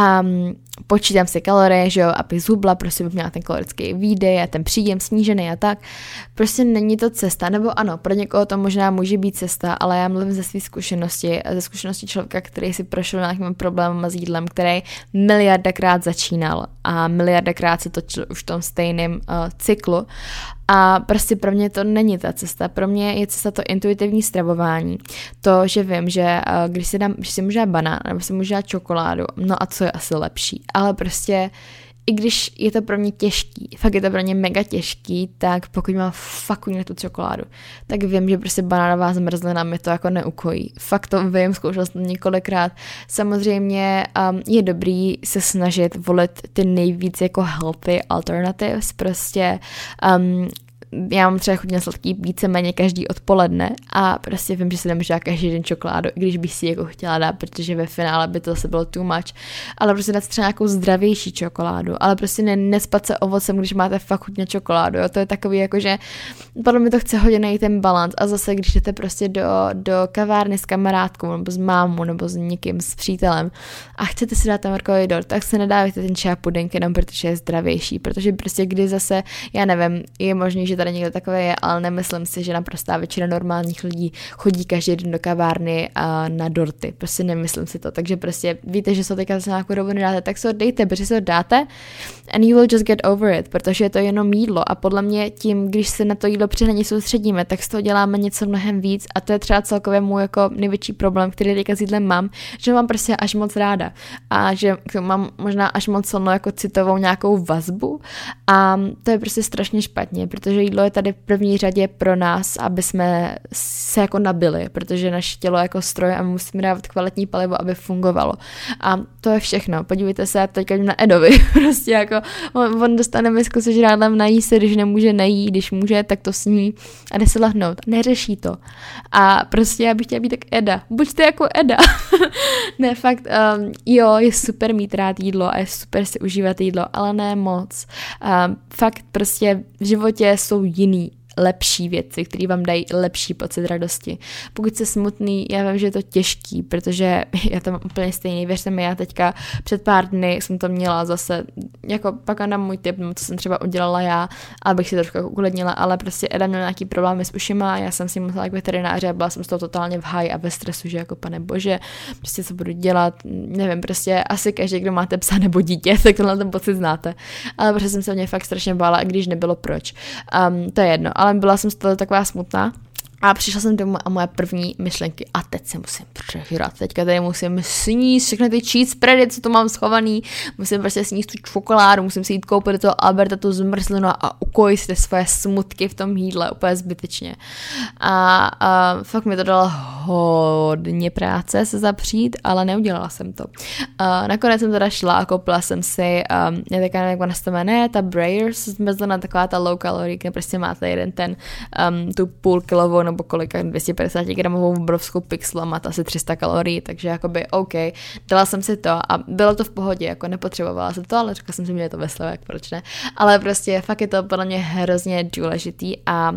Počítám si kalorie, že jo, abych zhubla, prostě bych měla ten kalorický výdej a ten příjem snížený a tak. Prostě není to cesta, nebo ano, pro někoho to možná může být cesta, ale já mluvím ze své zkušenosti a ze zkušenosti člověka, který si prošel nějakým problémem s jídlem, který miliardakrát začínal a miliardakrát se točil už v tom stejném cyklu. A prostě pro mě to není ta cesta. Pro mě je cesta to intuitivní stravování. To, že vím, že když si můžu dát banán nebo si můžu dát čokoládu, no a co je asi lepší. Ale prostě i když je to pro mě těžký, fakt je to pro mě mega těžký, tak pokud mám fakt na tu čokoládu, tak vím, že prostě banánová zmrzlina mi to jako neukojí. Fakt to vím, zkoušela jsem to několikrát. Samozřejmě je dobrý se snažit volit ty nejvíc jako healthy alternatives, prostě já mám třeba chuť na sladký víceméně každý odpoledne a prostě vím, že si nemůžu dát každý den čokoládu, i když bych si jako chtěla dát, protože ve finále by to zase bylo too much, ale prostě dát třeba nějakou zdravější čokoládu, ale prostě nespat se ovocem, když máte fakt chuť na čokoládu, jo? To je takový jako, že podle mě to chce hodně najít ten balans a zase, když jdete prostě do kavárny s kamarádkou nebo s mámou nebo s někým, s přítelem a chcete si dát ten markový dort, tak se nedávajte ten čaj pudink jenom protože je zdravější, protože prostě kdy zase, já nevím, je možný, že tady někdo takové je, ale nemyslím si, že naprostá většina normálních lidí chodí každý den do kavárny na dorty. Prostě nemyslím si to. Takže prostě víte, že se teďka zase nějakou dobu nedáte, tak se ho dejte, protože se ho dáte and you will just get over it, protože je to jenom jídlo a podle mě tím, když se na to jídlo přehnaně soustředíme, tak z toho děláme něco mnohem víc a to je třeba celkově můj jako největší problém, který teďka s jídlem mám, že mám prostě až moc ráda a že mám možná až moc silnou jako citovou nějakou vazbu a to je prostě strašně špatně, protože jídlo je tady v první řadě pro nás, aby jsme se jako nabili, protože naše tělo je jako stroj a my musíme dávat kvalitní palivo, aby fungovalo. A to je všechno. Podívejte se teďka na Edovi. Prostě jako on dostane misku se žrádlem, nají se, když nemůže najít, když může, tak to sní a jde se lehnout. Neřeší to. A prostě já bych chtěla být tak Eda. Buďte jako Eda. Ne, fakt, jo, je super mít rád jídlo a je super si užívat jídlo, ale ne moc. Fakt prostě v životě jsou jiný lepší věci, které vám dají lepší pocit radosti. Pokud jste smutný, já vím, že je to těžký, protože já to mám úplně stejný. Věřte mi, já teďka před pár dny jsem to měla zase, jako pak na můj tip, co jsem třeba udělala já, abych si trošku uklidnila, ale prostě Eda měl nějaký problémy s ušima, já jsem si musela k veterináři a byla jsem z toho totálně v high a ve stresu, že jako pane bože, prostě co budu dělat, nevím, prostě asi každý, kdo máte psa nebo dítě, tak tenhle ten pocit znáte. Ale prostě jsem se mě fakt strašně bála, i když nebylo proč. To je jedno, ale byla jsem z toho taková smutná a přišla jsem domů a moje první myšlenky a teď se musím přežrat, teďka tady musím sníst všechny ty cheese spready, co tu mám schovaný, musím prostě sníst tu čokoládu, musím si jít koupit do toho Alberta tu zmrzlinu a ukojit si své smutky v tom jídle úplně zbytečně. A fakt mi to dalo hodně práce se zapřít, ale neudělala jsem to. Nakonec jsem teda šla a koupila jsem si, já teďka nevím, jak ona se jmenuje, ta Breyers zmrzlina, taková ta low calorie, kde prostě máte jeden ten, tu půl kilovou nebo kolika 250 gramovou obrovskou pixelu a má to asi 300 kalorií, takže jakoby OK, dala jsem si to a bylo to v pohodě, jako nepotřebovala jsem to, ale řekla jsem si, že je to ve slovech, proč ne, ale prostě fakt je to podle mě hrozně důležitý a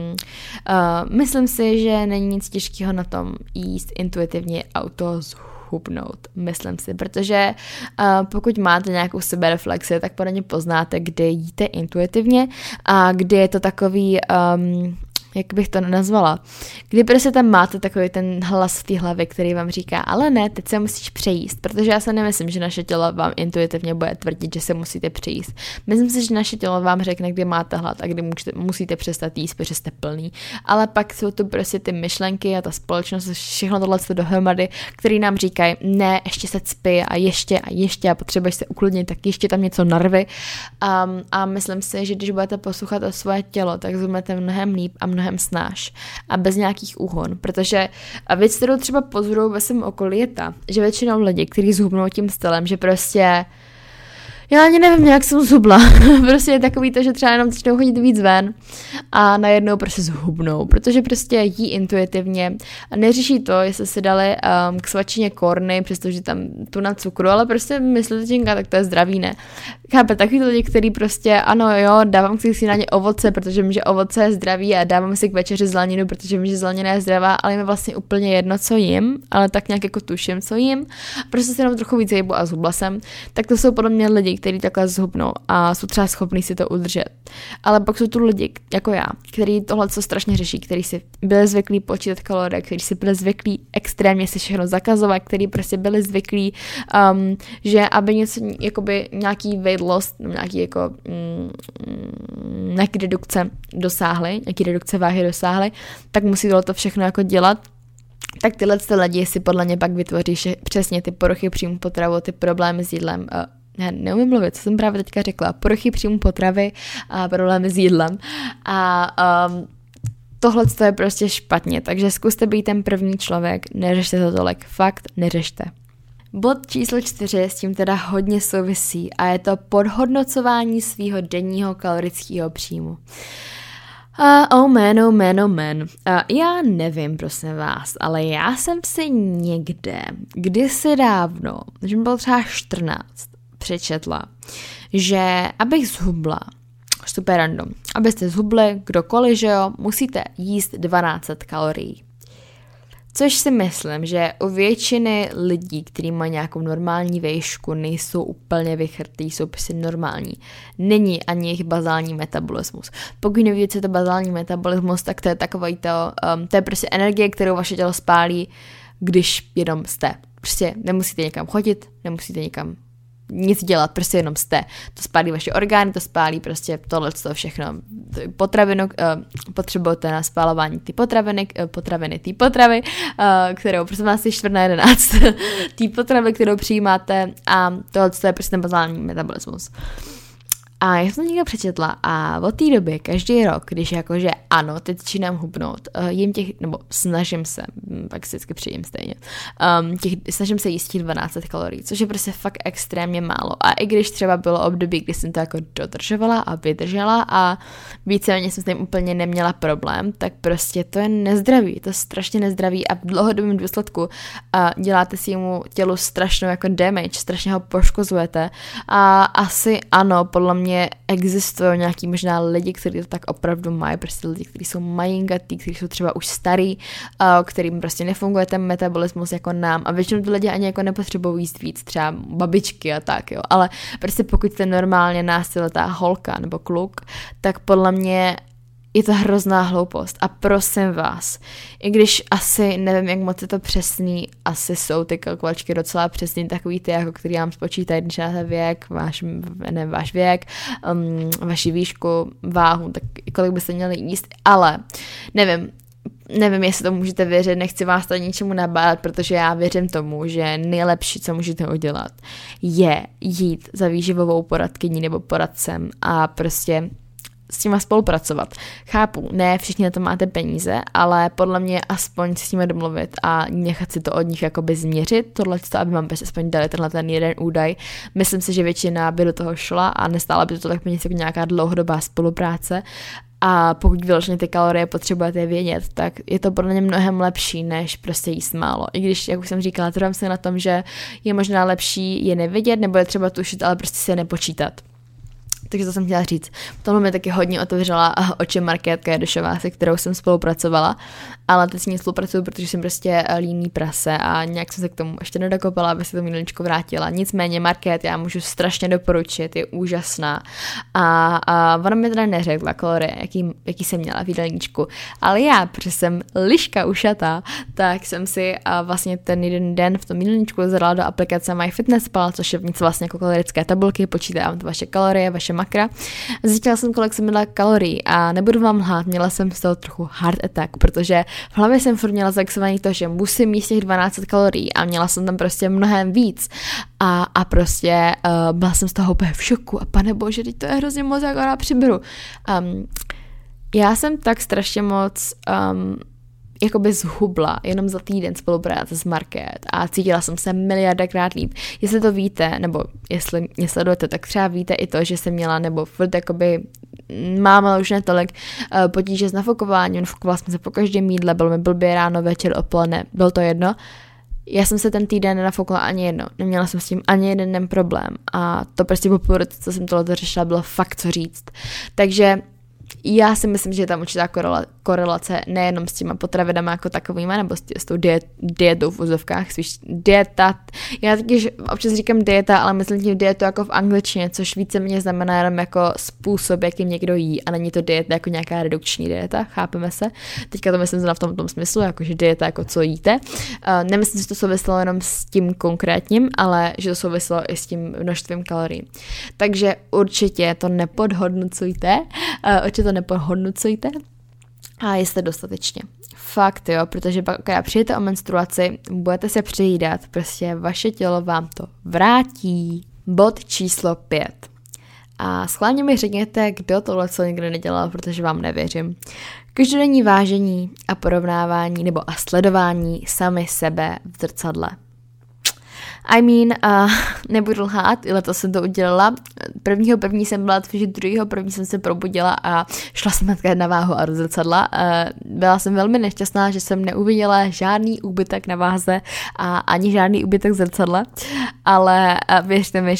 myslím si, že není nic těžkého na tom jíst intuitivně auto hubnout, myslím si, protože pokud máte nějakou sebereflexi, tak podle mě poznáte, kdy jíte intuitivně a kdy je to takový, jak bych to nazvala, kdy prostě tam máte takový ten hlas v té hlavě, který vám říká, ale ne, teď se musíš přejíst, protože já se nemyslím, že naše tělo vám intuitivně bude tvrdit, že se musíte přejíst. Myslím si, že naše tělo vám řekne, kdy máte hlad a kdy musíte přestat jíst, protože jste plný, ale pak jsou tu prostě ty myšlenky a ta společnost, všechno tohle dohromady, který nám říkají, ne, ještě se cpi a ještě a potřebuješ se uklidnit, tak ještě tam něco narvi a myslím si, že když budete poslouchat o svoje tělo, tak zůmete mnohem líp a mnohem snáš a bez nějakých úhon, protože věc, kterou třeba pozoruju ve svém okolí je ta, že většinou lidi, kteří zhubnou tím stylem, že prostě já ani nevím, jak jsem zhubla. Prostě je takový to, že třeba jenom začnou chodit víc ven a najednou prostě zhubnou, protože prostě jí intuitivně a neřeší to, jestli si dali k svačině korny, přestože tam tu na cukru, ale prostě myslíte, tak to je zdravý, ne? Chápe, takový lidi, který prostě, ano jo, dávám si na ně ovoce, protože vím, že ovoce je zdravý a dávám si k večeři zeleninu, protože vím, že zelenina je zdravá, ale je mi vlastně úplně jedno, co jim, ale tak nějak jako tuším, co jim. Prostě si jenom trochu víc jebu a zhubla jsem. Tak to jsou podle mě lidi, kteří takhle zhubnou a jsou třeba schopní si to udržet. Ale pak jsou tu lidi, jako já, kteří tohle co strašně řeší, kteří si byli zvyklí počítat kalorie, kteří si byli zvyklí extrémně si všechno zakazovat, kteří prostě byli zvyklí, že aby něco, jakoby nějaký weight loss, nějaký jako nějaký redukce váhy dosáhly, tak musí to všechno jako dělat. Tak tyhle lidi si podle mě pak vytvoří přesně ty poruchy příjmu potravy, ty problémy s jídlem. Já neumím mluvit, co jsem právě teďka řekla. Poruchy příjmu potravy a problémy s jídlem. A tohle je prostě špatně, takže zkuste být ten první člověk, neřešte to tolik, fakt neřešte. Bod číslo 4 s tím teda hodně souvisí a je to podhodnocování svýho denního kalorického příjmu. Oh man. Já nevím, prosím vás, ale já jsem si někde, kdysi dávno, když mi bylo třeba 14, přečetla, že abych zhubla, super random, abyste zhubli, kdokoliv, že jo, musíte jíst 1200 kalorií. Což si myslím, že u většiny lidí, kteří mají nějakou normální výšku, nejsou úplně vychrtý, jsou prostě normální. Není ani jejich bazální metabolismus. Pokud nevíte, co je to bazální metabolismus, tak to je takový to je prostě energie, kterou vaše tělo spálí, když jenom jste. Prostě nemusíte někam chodit, nemusíte někam nic dělat, prostě jenom jste. To spálí vaše orgány, to spálí prostě tohle všechno. Potravinu, potřebujete na spálování ty potraviny, kterou prostě vás je 4/11. Ty potravy, kterou přijímáte a tohle je prostě ten bazální metabolismus. A já jsem to někde přečetla a od té doby každý rok, když jakože ano, teď začínám hubnout, snažím se, pak si vždycky přijím stejně, snažím se jíst 1200 kalorií, což je prostě fakt extrémně málo. A i když třeba bylo období, kdy jsem to jako dodržovala a vydržela a víceméně jsem s tím úplně neměla problém, tak prostě to je nezdravý, to je strašně nezdravý a v dlouhodobém důsledku děláte si mu tělu strašnou jako damage, strašně ho poškozujete a asi ano, podle mě existují nějaký možná lidi, kteří to tak opravdu mají, prostě lidi, kteří jsou malingatý, kteří jsou třeba už starý, kterým prostě nefunguje ten metabolismus jako nám a většinou ty lidi ani jako nepotřebují jíst víc, třeba babičky a tak, jo, ale prostě pokud jste normálně náctiletá holka nebo kluk, tak podle mě je to hrozná hloupost a prosím vás, i když asi nevím, jak moc je to přesný, asi jsou ty kalkulačky docela přesný, takový ty, jako který vám spočítají, když máte věk, váš věk, vaši výšku, váhu, tak kolik byste měli jíst, ale nevím, jestli to můžete věřit, nechci vás to ničemu nabádat, protože já věřím tomu, že nejlepší, co můžete udělat, je jít za výživovou poradkyní nebo poradcem a prostě s nima spolupracovat. Chápu, ne všichni na to máte peníze, ale podle mě aspoň s nimi domluvit a nechat si to od nich jakoby změřit, tohleto, aby vám aspoň dali ten jeden údaj. Myslím si, že většina by do toho šla a nestála by to tak peníze jako nějaká dlouhodobá spolupráce a pokud vyloženě ty kalorie potřebujete vědět, tak je to podle mě mnohem lepší, než prostě jíst málo. I když, jak už jsem říkala, trvám se na tom, že je možná lepší je nevědět, nebo je třeba tušit, ale prostě si je nepočítat. Takže to jsem chtěla říct. Tohle mi taky hodně otevřela oči Markétka Jarošová, se kterou jsem spolupracovala, ale teď s ní spolupracuju, protože jsem prostě líný prase a nějak jsem se k tomu ještě nedokopala, aby se to jídelníčko vrátila. Nicméně Markét já můžu strašně doporučit, je úžasná a ona mi teda neřekla kalorie, jaký jsem měla v jídelníčku, ale já, protože jsem liška ušatá, tak jsem si vlastně ten jeden den v tom jídelníčku zadala do aplikace MyFitnessPal, což je něco vlastně jako kalorické tabulky, počítám to vaše kalorie, vaše makra. Zjistila jsem, kolik jsem měla kalorií a nebudu vám lhát, měla jsem z toho trochu heart attack, protože v hlavě jsem furt měla zaxovaný to, že musím jíst těch 12 kalorií a měla jsem tam prostě mnohem víc a prostě byla jsem z toho úplně v šoku a pane bože, teď to je hrozně moc, jak ona přiberu. Já jsem tak strašně moc jakoby zhubla jenom za týden spolupráce s Market a cítila jsem se miliardakrát líp. Jestli to víte, nebo jestli mě sledujete, tak třeba víte i to, že jsem měla, nebo furt jakoby mám, ale už ne tolik potíže s nafukováním, nafukovala jsem se po každém jídle, bylo mi blbě ráno, večer, odpoledne, bylo to jedno. Já jsem se ten týden nenafukla ani jedno, neměla jsem s tím ani jeden den problém a to prostě po půl roce, co jsem tohle řešila, bylo fakt co říct. Takže já si myslím, že je tam určitá korelace nejenom s těma potravinama jako takovýma, nebo s tou dietou v úzovkách, spíš dieta. Já taky občas říkám dieta, ale myslím tím dietu jako v angličtině, což víceméně znamená jenom jako způsob, jakým někdo jí a není to dieta jako nějaká redukční dieta, chápeme se. Teďka to myslím v tom smyslu, jakože dieta jako co jíte. Nemyslím, že to souviselo jenom s tím konkrétním, ale že to souviselo i s tím množstvím kalorií. Takže určitě to nepodhodnocujte, a jste dostatečně. Fakt jo, protože pak, když přijete o menstruaci, budete se přejídat, prostě vaše tělo vám to vrátí. Bod číslo 5. A schválně mi řekněte, kdo tohle co nikdy nedělal, protože vám nevěřím. Každodenní vážení a porovnávání nebo a sledování sami sebe v zrcadle. Nebudu lhát, i letos jsem to udělala. 1.1. jsem byla, že 2.1. jsem se probudila a šla jsem na váhu a do zrcadla. Byla jsem velmi nešťastná, že jsem neuviděla žádný úbytek na váze a ani žádný úbytek v zrcadle, ale věřte mi,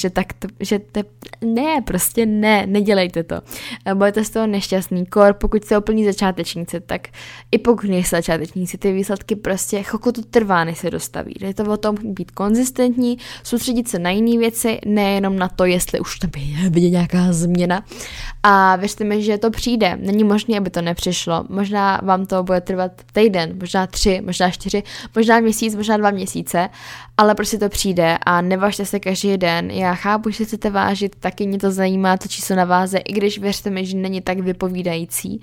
prostě nedělejte to. Budete z toho nešťastný, pokud jste úplní začátečníci, tak i pokud nejste začátečníci, ty výsledky prostě chvilku to trvá, než se dostaví. Je to o tom být konzistentní, soustředit se na jiné věci, nejenom na to, jestli už tam je vidět nějaká změna. A věřte mi, že to přijde. Není možné, aby to nepřišlo. Možná vám to bude trvat týden, možná 3, možná 4, možná měsíc, možná 2 měsíce, ale prostě to přijde a nevažte se každý den. Já chápu, že chcete vážit, taky mě to zajímá, to číslo na váze, i když věřte mi, že není tak vypovídající.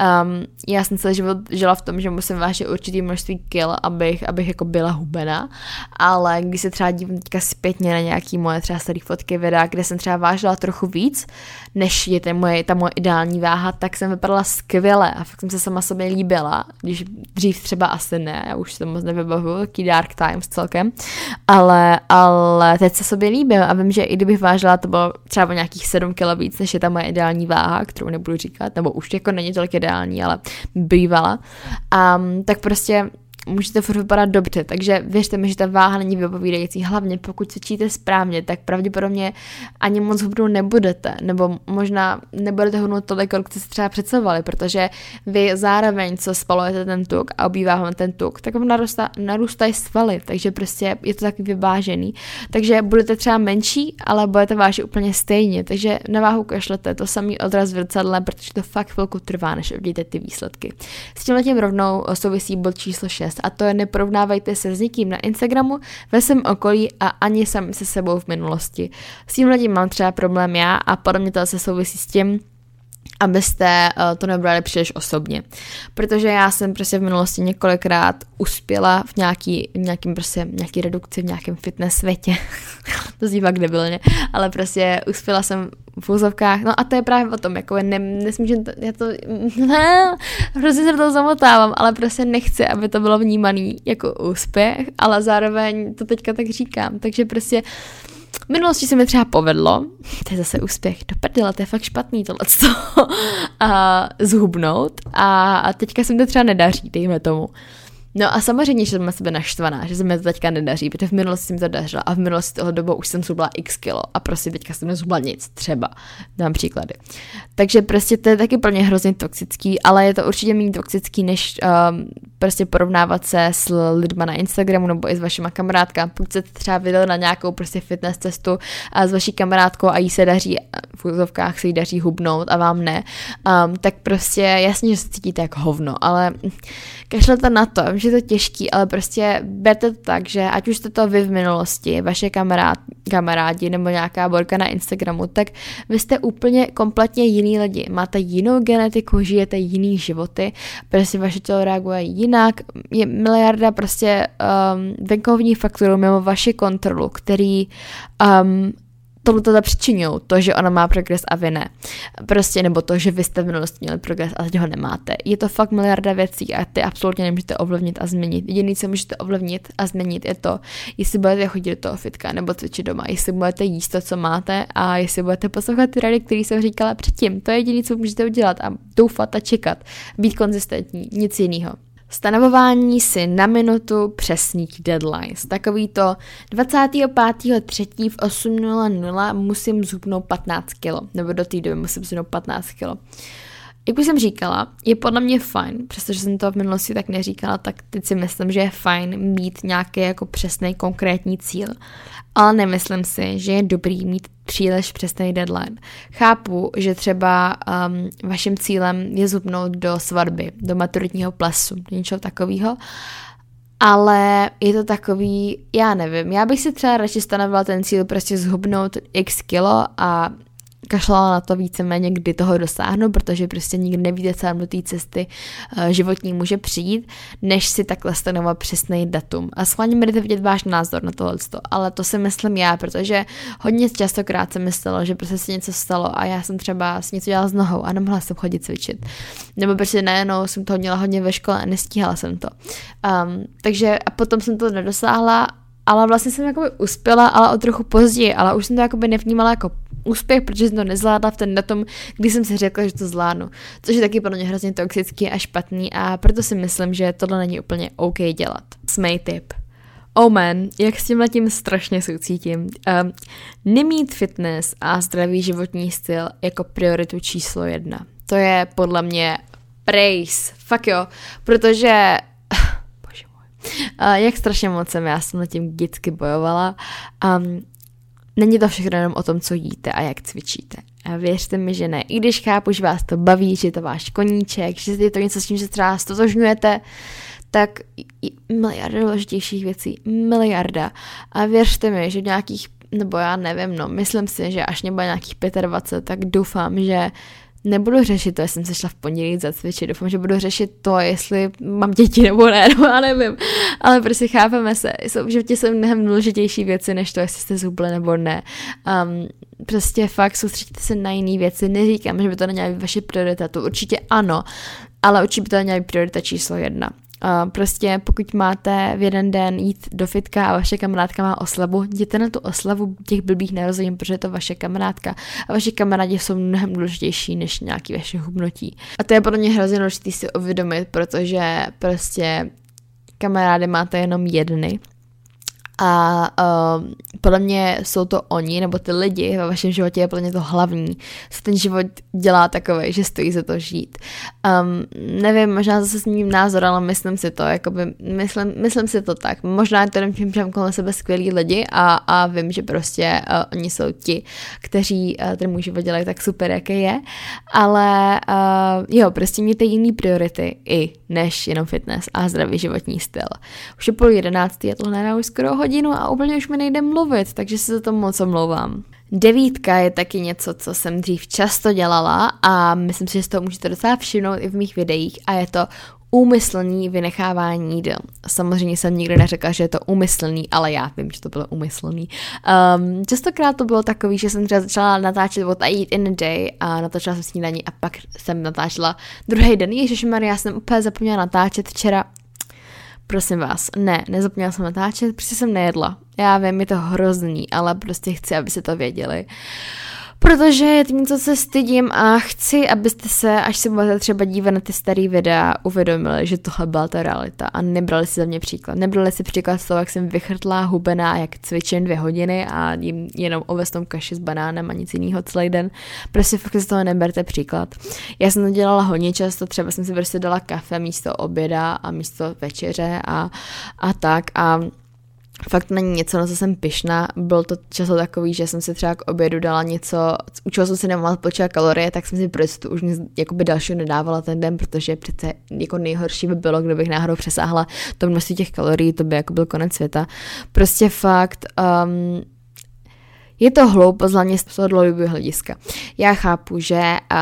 Já jsem celý život žila v tom, že musím vážit určitý množství kil, abych jako byla hubená, ale když se třeba dívám teďka zpětně na nějaký moje třeba staré fotky, videa, kde jsem třeba vážila trochu víc, než je ta moje ideální váha, tak jsem vypadala skvěle a fakt jsem se sama sobě líbila, když dřív třeba asi ne, já už to moc nevybavuju, taký dark times celkem, ale teď se sobě líbím a vím, že i kdybych vážila, to bylo třeba nějakých 7 kg víc, než je ta moje ideální váha, kterou nebudu říkat, nebo už jako není tolik ideální, ale bývala, tak prostě můžete furt vypadat dobře, takže věřte mi, že ta váha není vypovídající, hlavně pokud cvičíte správně, tak pravděpodobně ani moc hubnout nebudete, nebo možná nebudete hubnout tolik, kolik jste si třeba představovali, protože vy zároveň, co spalujete ten tuk a obývá vám ten tuk, tak vám narůstají svaly, takže prostě je to taky vyvážený, takže budete třeba menší, ale budete vážit úplně stejně, takže na váhu kašlete, to samý odraz v zrcadle, protože to fakt chvilku trvá, než uvidíte ty výsledky. S tímhletím rovnou souvisí bod číslo 6, a to je neporovnávajte se s nikým na Instagramu, ve svém okolí a ani sami se sebou v minulosti. S tímhletím mám třeba problém já a podle mě to se souvisí s tím, abyste to nebrali příliš osobně. Protože já jsem prostě v minulosti několikrát uspěla v nějaký redukci, v nějakém fitness světě. To zní fakt debilně, ale prostě uspěla jsem v úzovkách. No a to je právě o tom, jako nesmím, prostě se do toho zamotávám, ale prostě nechci, aby to bylo vnímaný jako úspěch, ale zároveň to teďka tak říkám. Takže prostě v minulosti se mi třeba povedlo, to je zase úspěch, do prdele, to je fakt špatný tohleto, zhubnout a teďka se mi to třeba nedaří, dejme tomu. No a samozřejmě, že jsem na sebe naštvaná, že se mi to teďka nedaří, protože v minulosti jsem to dařila a v minulosti toho dobu už jsem zhubla x kilo a prostě teďka jsem nezhubla nic, třeba, dám příklady. Takže prostě to je taky pro mě hrozně toxický, ale je to určitě méně toxický, než prostě porovnávat se s lidma na Instagramu nebo i s vašima kamarádkami. Pokud jste třeba vydali na nějakou prostě fitness cestu a s vaší kamarádkou a jí se daří, v úzovkách se jí daří hubnout a vám ne, tak prostě jasně, že se cítíte jako hovno, ale kašlete na to, že je to těžký, ale prostě berte to tak, že ať už jste to vy v minulosti, vaše kamarádi nebo nějaká borka na Instagramu, tak vy jste úplně kompletně jiný lidi. Máte jinou genetiku, žijete jiný životy, prostě vaše tělo reaguje jinak, je miliarda prostě venkovních faktorů mimo vaši kontrolu, který tomuto zapříčiňují, to, že ona má progres a vy ne. Prostě, nebo to, že vy jste v minulosti měli progres a teď ho nemáte. Je to fakt miliarda věcí a ty absolutně nemůžete ovlivnit a změnit. Jediné, co můžete ovlivnit a změnit, je to, jestli budete chodit do toho fitka nebo cvičit doma, jestli budete jíst to, co máte a jestli budete poslouchat ty rady, které jsem říkala předtím. To je jediné, co můžete udělat a doufat a čekat. Být konzistentní, nic jiného. Stanovování si na minutu přesných deadlines. Takový to 25.3. v 8:00 musím zhubnout 15 kilo, nebo do té doby musím zhubnout 15 kilo. Jak už jsem říkala, je podle mě fajn, přestože jsem to v minulosti tak neříkala, tak teď si myslím, že je fajn mít nějaký jako přesný konkrétní cíl. Ale nemyslím si, že je dobrý mít příliš přesný deadline. Chápu, že třeba vaším cílem je zhubnout do svatby, do maturitního plesu, něčeho takového, ale je to takový, já nevím, já bych si třeba radši stanovila ten cíl prostě zhubnout x kilo a kašlala na to víceméně, kdy toho dosáhnu, protože prostě nikdy nevíte, co vám do té cesty životní může přijít, než si takhle stanovovat přesný datum. A schválně budete vidět váš názor na tohle, ale to si myslím já, protože hodně častokrát jsem myslela, že prostě se něco stalo a já jsem třeba si něco dělala s nohou a nemohla jsem chodit cvičit. Nebo prostě najednou jsem toho měla hodně ve škole a nestíhala jsem to. Takže a potom jsem to nedosáhla, ale vlastně jsem jakoby uspěla, ale o trochu později, ale už jsem to jakoby nevnímala jako úspěch, protože jsem to nezvládla v ten datum, kdy jsem si řekla, že to zvládnu. Což je taky pro mě hrozně toxický a špatný a proto si myslím, že tohle není úplně OK dělat. 8. tip. Oh man, jak s tímhletím strašně soucítím. Nemít fitness a zdravý životní styl jako prioritu číslo 1. To je podle mě praise. Fakt jo, protože jak strašně moc jsem já jsem na tím vždycky bojovala. Není to všechno jenom o tom, co jíte a jak cvičíte. A věřte mi, že ne. I když chápu, že vás to baví, že je to váš koníček, že je to něco, s čím se třeba stotožňujete, tak miliarda důležitějších věcí. Miliarda. A věřte mi, že nějakých, nebo já nevím, myslím si, že až mě bude nějakých 25, tak doufám, že nebudu řešit to, jestli jsem se šla v pondělí zacvičit. Doufám, že budu řešit to, jestli mám děti nebo ne, nebo já nevím. Ale prostě chápeme se. V životě jsou mnohem důležitější věci, než to, jestli jste zhubli nebo ne. Prostě fakt soustředíte se na jiné věci. Neříkám, že by to neměla být vaše priorita. To určitě ano, ale určitě by to neměla být priorita číslo 1. Prostě pokud máte v jeden den jít do fitka a vaše kamarádka má oslavu, jděte na tu oslavu těch blbých narozenin, protože je to vaše kamarádka a vaše kamarádi jsou mnohem důležitější než nějaký vaše hubnutí. A to je pro mě hrozně důležité si uvědomit, protože prostě kamarády máte jenom jedny. A podle mě jsou to oni, nebo ty lidi ve vašem životě je podle mě to hlavní, co ten život dělá takovej, že stojí za to žít. Nevím, možná zase změním názor, ale myslím si to, jakoby, myslím si to tak. Možná je to jenom tím, že mám kolem sebe skvělí lidi a vím, že prostě oni jsou ti, kteří ten můj život dělají tak super, jaký je, ale jo, prostě mějte jiný priority i než jenom fitness a zdravý životní styl. Už je 10:30, je to už skoro hodinu a úplně už mi nejde mluvit, takže se za to moc omlouvám. 9 je taky něco, co jsem dřív často dělala a myslím si, že z toho můžete docela všimnout i v mých videích a je to úmyslný vynechávání jídel. Samozřejmě jsem nikdy neřekla, že je to úmyslný, ale já vím, že to bylo úmyslný. Častokrát to bylo takový, že jsem třeba začala natáčet what I eat in a day a natáčela jsem snídaní a pak jsem natáčela druhý den. Ježišmarja, já jsem úplně zapomněla natáčet včera. prosím vás, nezapomněla jsem natáčet, prostě jsem nejedla. Já vím, je to hrozný, ale prostě chci, aby se to věděli. Protože je to něco, co se stydím a chci, abyste se, až se budete třeba dívat na ty staré videa, uvědomili, že tohle byla ta realita a nebrali si za mě příklad. Nebrali si příklad z toho, jak jsem vychrtlá, hubená, jak cvičím 2 hodiny a jím jenom ovesnou kaši s banánem a nic jiného celý den. Prostě fakt z toho neberte příklad. Já jsem to dělala hodně často, třeba jsem si prostě dala kafe místo oběda a místo večeře a tak a fakt není něco, na co jsem pyšná. Bylo to často takový, že jsem si třeba k obědu dala něco, u čeho jsem si nemohla počítat kalorie, tak jsem si prostě už nic jakoby dalšího nedávala ten den, protože přece jako nejhorší by bylo, kdybych náhodou přesáhla to množství těch kalorií, to by jako byl konec světa. Prostě fakt je to hloupost, hlavně z toho dlouhodobého hlediska. Já chápu, že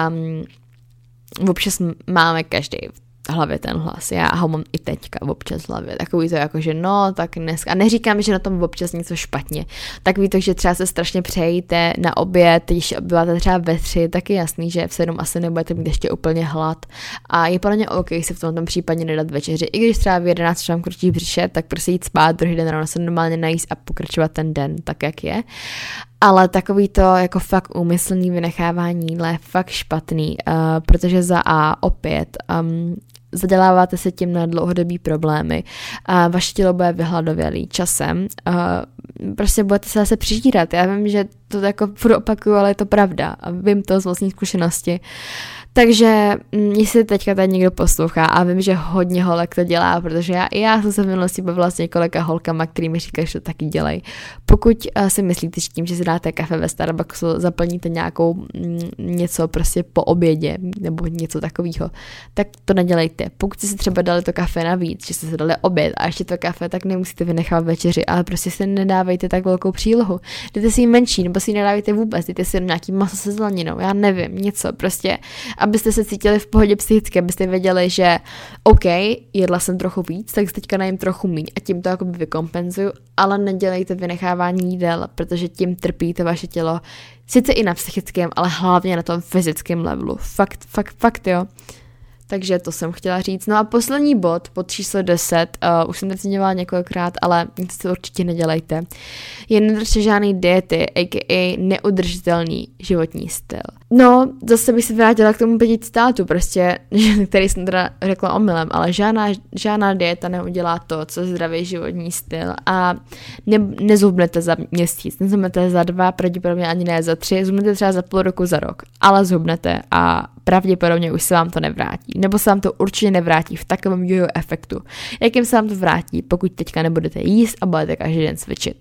občas máme každý v hlavě ten hlas. Já ho mám i teďka občas v hlavě. Takový to jako, že no, tak dneska. A neříkám, že na tom občas něco špatně. Takový to, že třeba se strašně přejíte na oběd, když obyváte třeba ve 3, tak je jasný, že v 7 asi nebudete mít ještě úplně hlad. A je podle mě OK se v tom případě nedat večeři. I když třeba v 11 vám krutí břiše, tak prostě jít spát, druhý den ráno se normálně najíst a pokračovat ten den tak, jak je. Ale takový to jako fakt úmyslný vynechávání jídla je fakt špatný, protože za A opět zaděláváte se tím na dlouhodobý problémy, vaše tělo bude vyhladovělý časem, prostě budete se zase přižírat. Já vím, že to jako furt opakuju, ale je to pravda a vím to z vlastní zkušenosti. Takže jestli teďka tady někdo poslouchá a vím, že hodně holek to dělá, protože já jsem se v minulosti bavila s několika holkama, který mi říkají, že to taky dělají. Pokud si myslíte, že tím, že si dáte kafe ve Starbucksu, zaplníte nějakou něco prostě po obědě nebo něco takového, tak to nedělejte. Pokud jste si třeba dali to kafe navíc, že jste si dali oběd a ještě to kafe, tak nemusíte vynechat večeři, ale prostě si nedávejte tak velkou přílohu. Dejte si ji menší, nebo si ji nedávejte vůbec, dejte si nějaký maso se zeleninou, já nevím, něco prostě, abyste se cítili v pohodě psychicky, abyste věděli, že OK, jedla jsem trochu víc, tak teďka najím trochu míň a tím to jakoby vykompenzuju, ale nedělejte vynechávání jídel, protože tím trpí to vaše tělo, sice i na psychickém, ale hlavně na tom fyzickém levelu. Fakt, jo. Takže to jsem chtěla říct. No a poslední bod, pod číslo 10, už jsem to zmiňovala několikrát, ale nic to určitě nedělejte. Je nedržte žádný diety, a.k.a. neudržitelný životní styl. No, zase bych se vrátila k tomu 5 citátu, prostě, který jsem teda řekla omylem, ale žádná dieta neudělá to, co je zdravý životní styl a nezhubnete za měsíc, nezhubnete za 2, pravděpodobně ani ne za 3, zhubnete třeba za půl roku, za rok, ale zhubnete a pravděpodobně už se vám to nevrátí. Nebo se vám to určitě nevrátí v takovém jojo efektu. Jakým se vám to vrátí, pokud teďka nebudete jíst a budete každý den cvičit.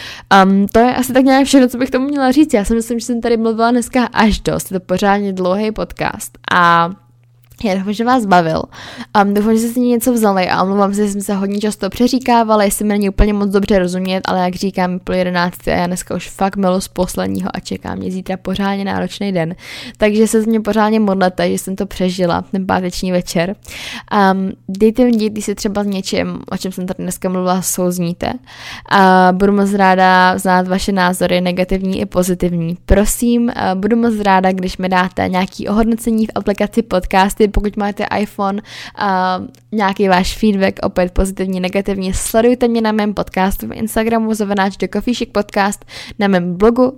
To je asi tak nějak všechno, co bych tomu měla říct. Já si myslím, že jsem tady mluvila dneska až dost. Je to pořádně dlouhý podcast a já doufám, že vás bavil. Doufám, že jste si něco vzali a omlouvám se, že jsme se hodně často přeříkávala, jestli mi není úplně moc dobře rozumět, ale jak říkám, 10:30 a já dneska už fakt milu z posledního a čekám mě zítra pořádně náročný den. Takže se z mě pořádně modlete, že jsem to přežila, ten páteční večer. Dejte mi vědět, když se třeba s něčím, o čem jsem tady dneska mluvila, souzníte. Budu moc ráda znát vaše názory, negativní i pozitivní. Prosím, budu moc ráda, když mi dáte nějaký ohodnocení v aplikaci podcasty, pokud máte iPhone, nějaký váš feedback, opět pozitivní, negativní, sledujte mě na mém podcastu v Instagramu @thecoffeechick podcast, na mém blogu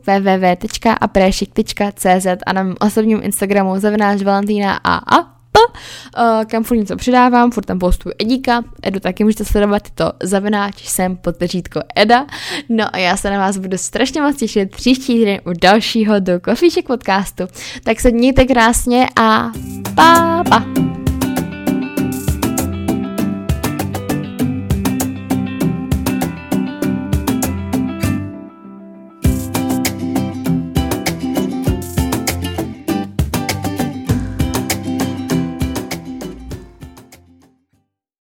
www.apreshik.cz a na mém osobním Instagramu @valentina.aa, kam furt něco přidávám, furt tam postuju Edíka, Edu taky můžete sledovat, to @Eda, no a já se na vás budu strašně moc těšit příští týden u dalšího do Coffee Chick podcastu, tak se mějte krásně a pa!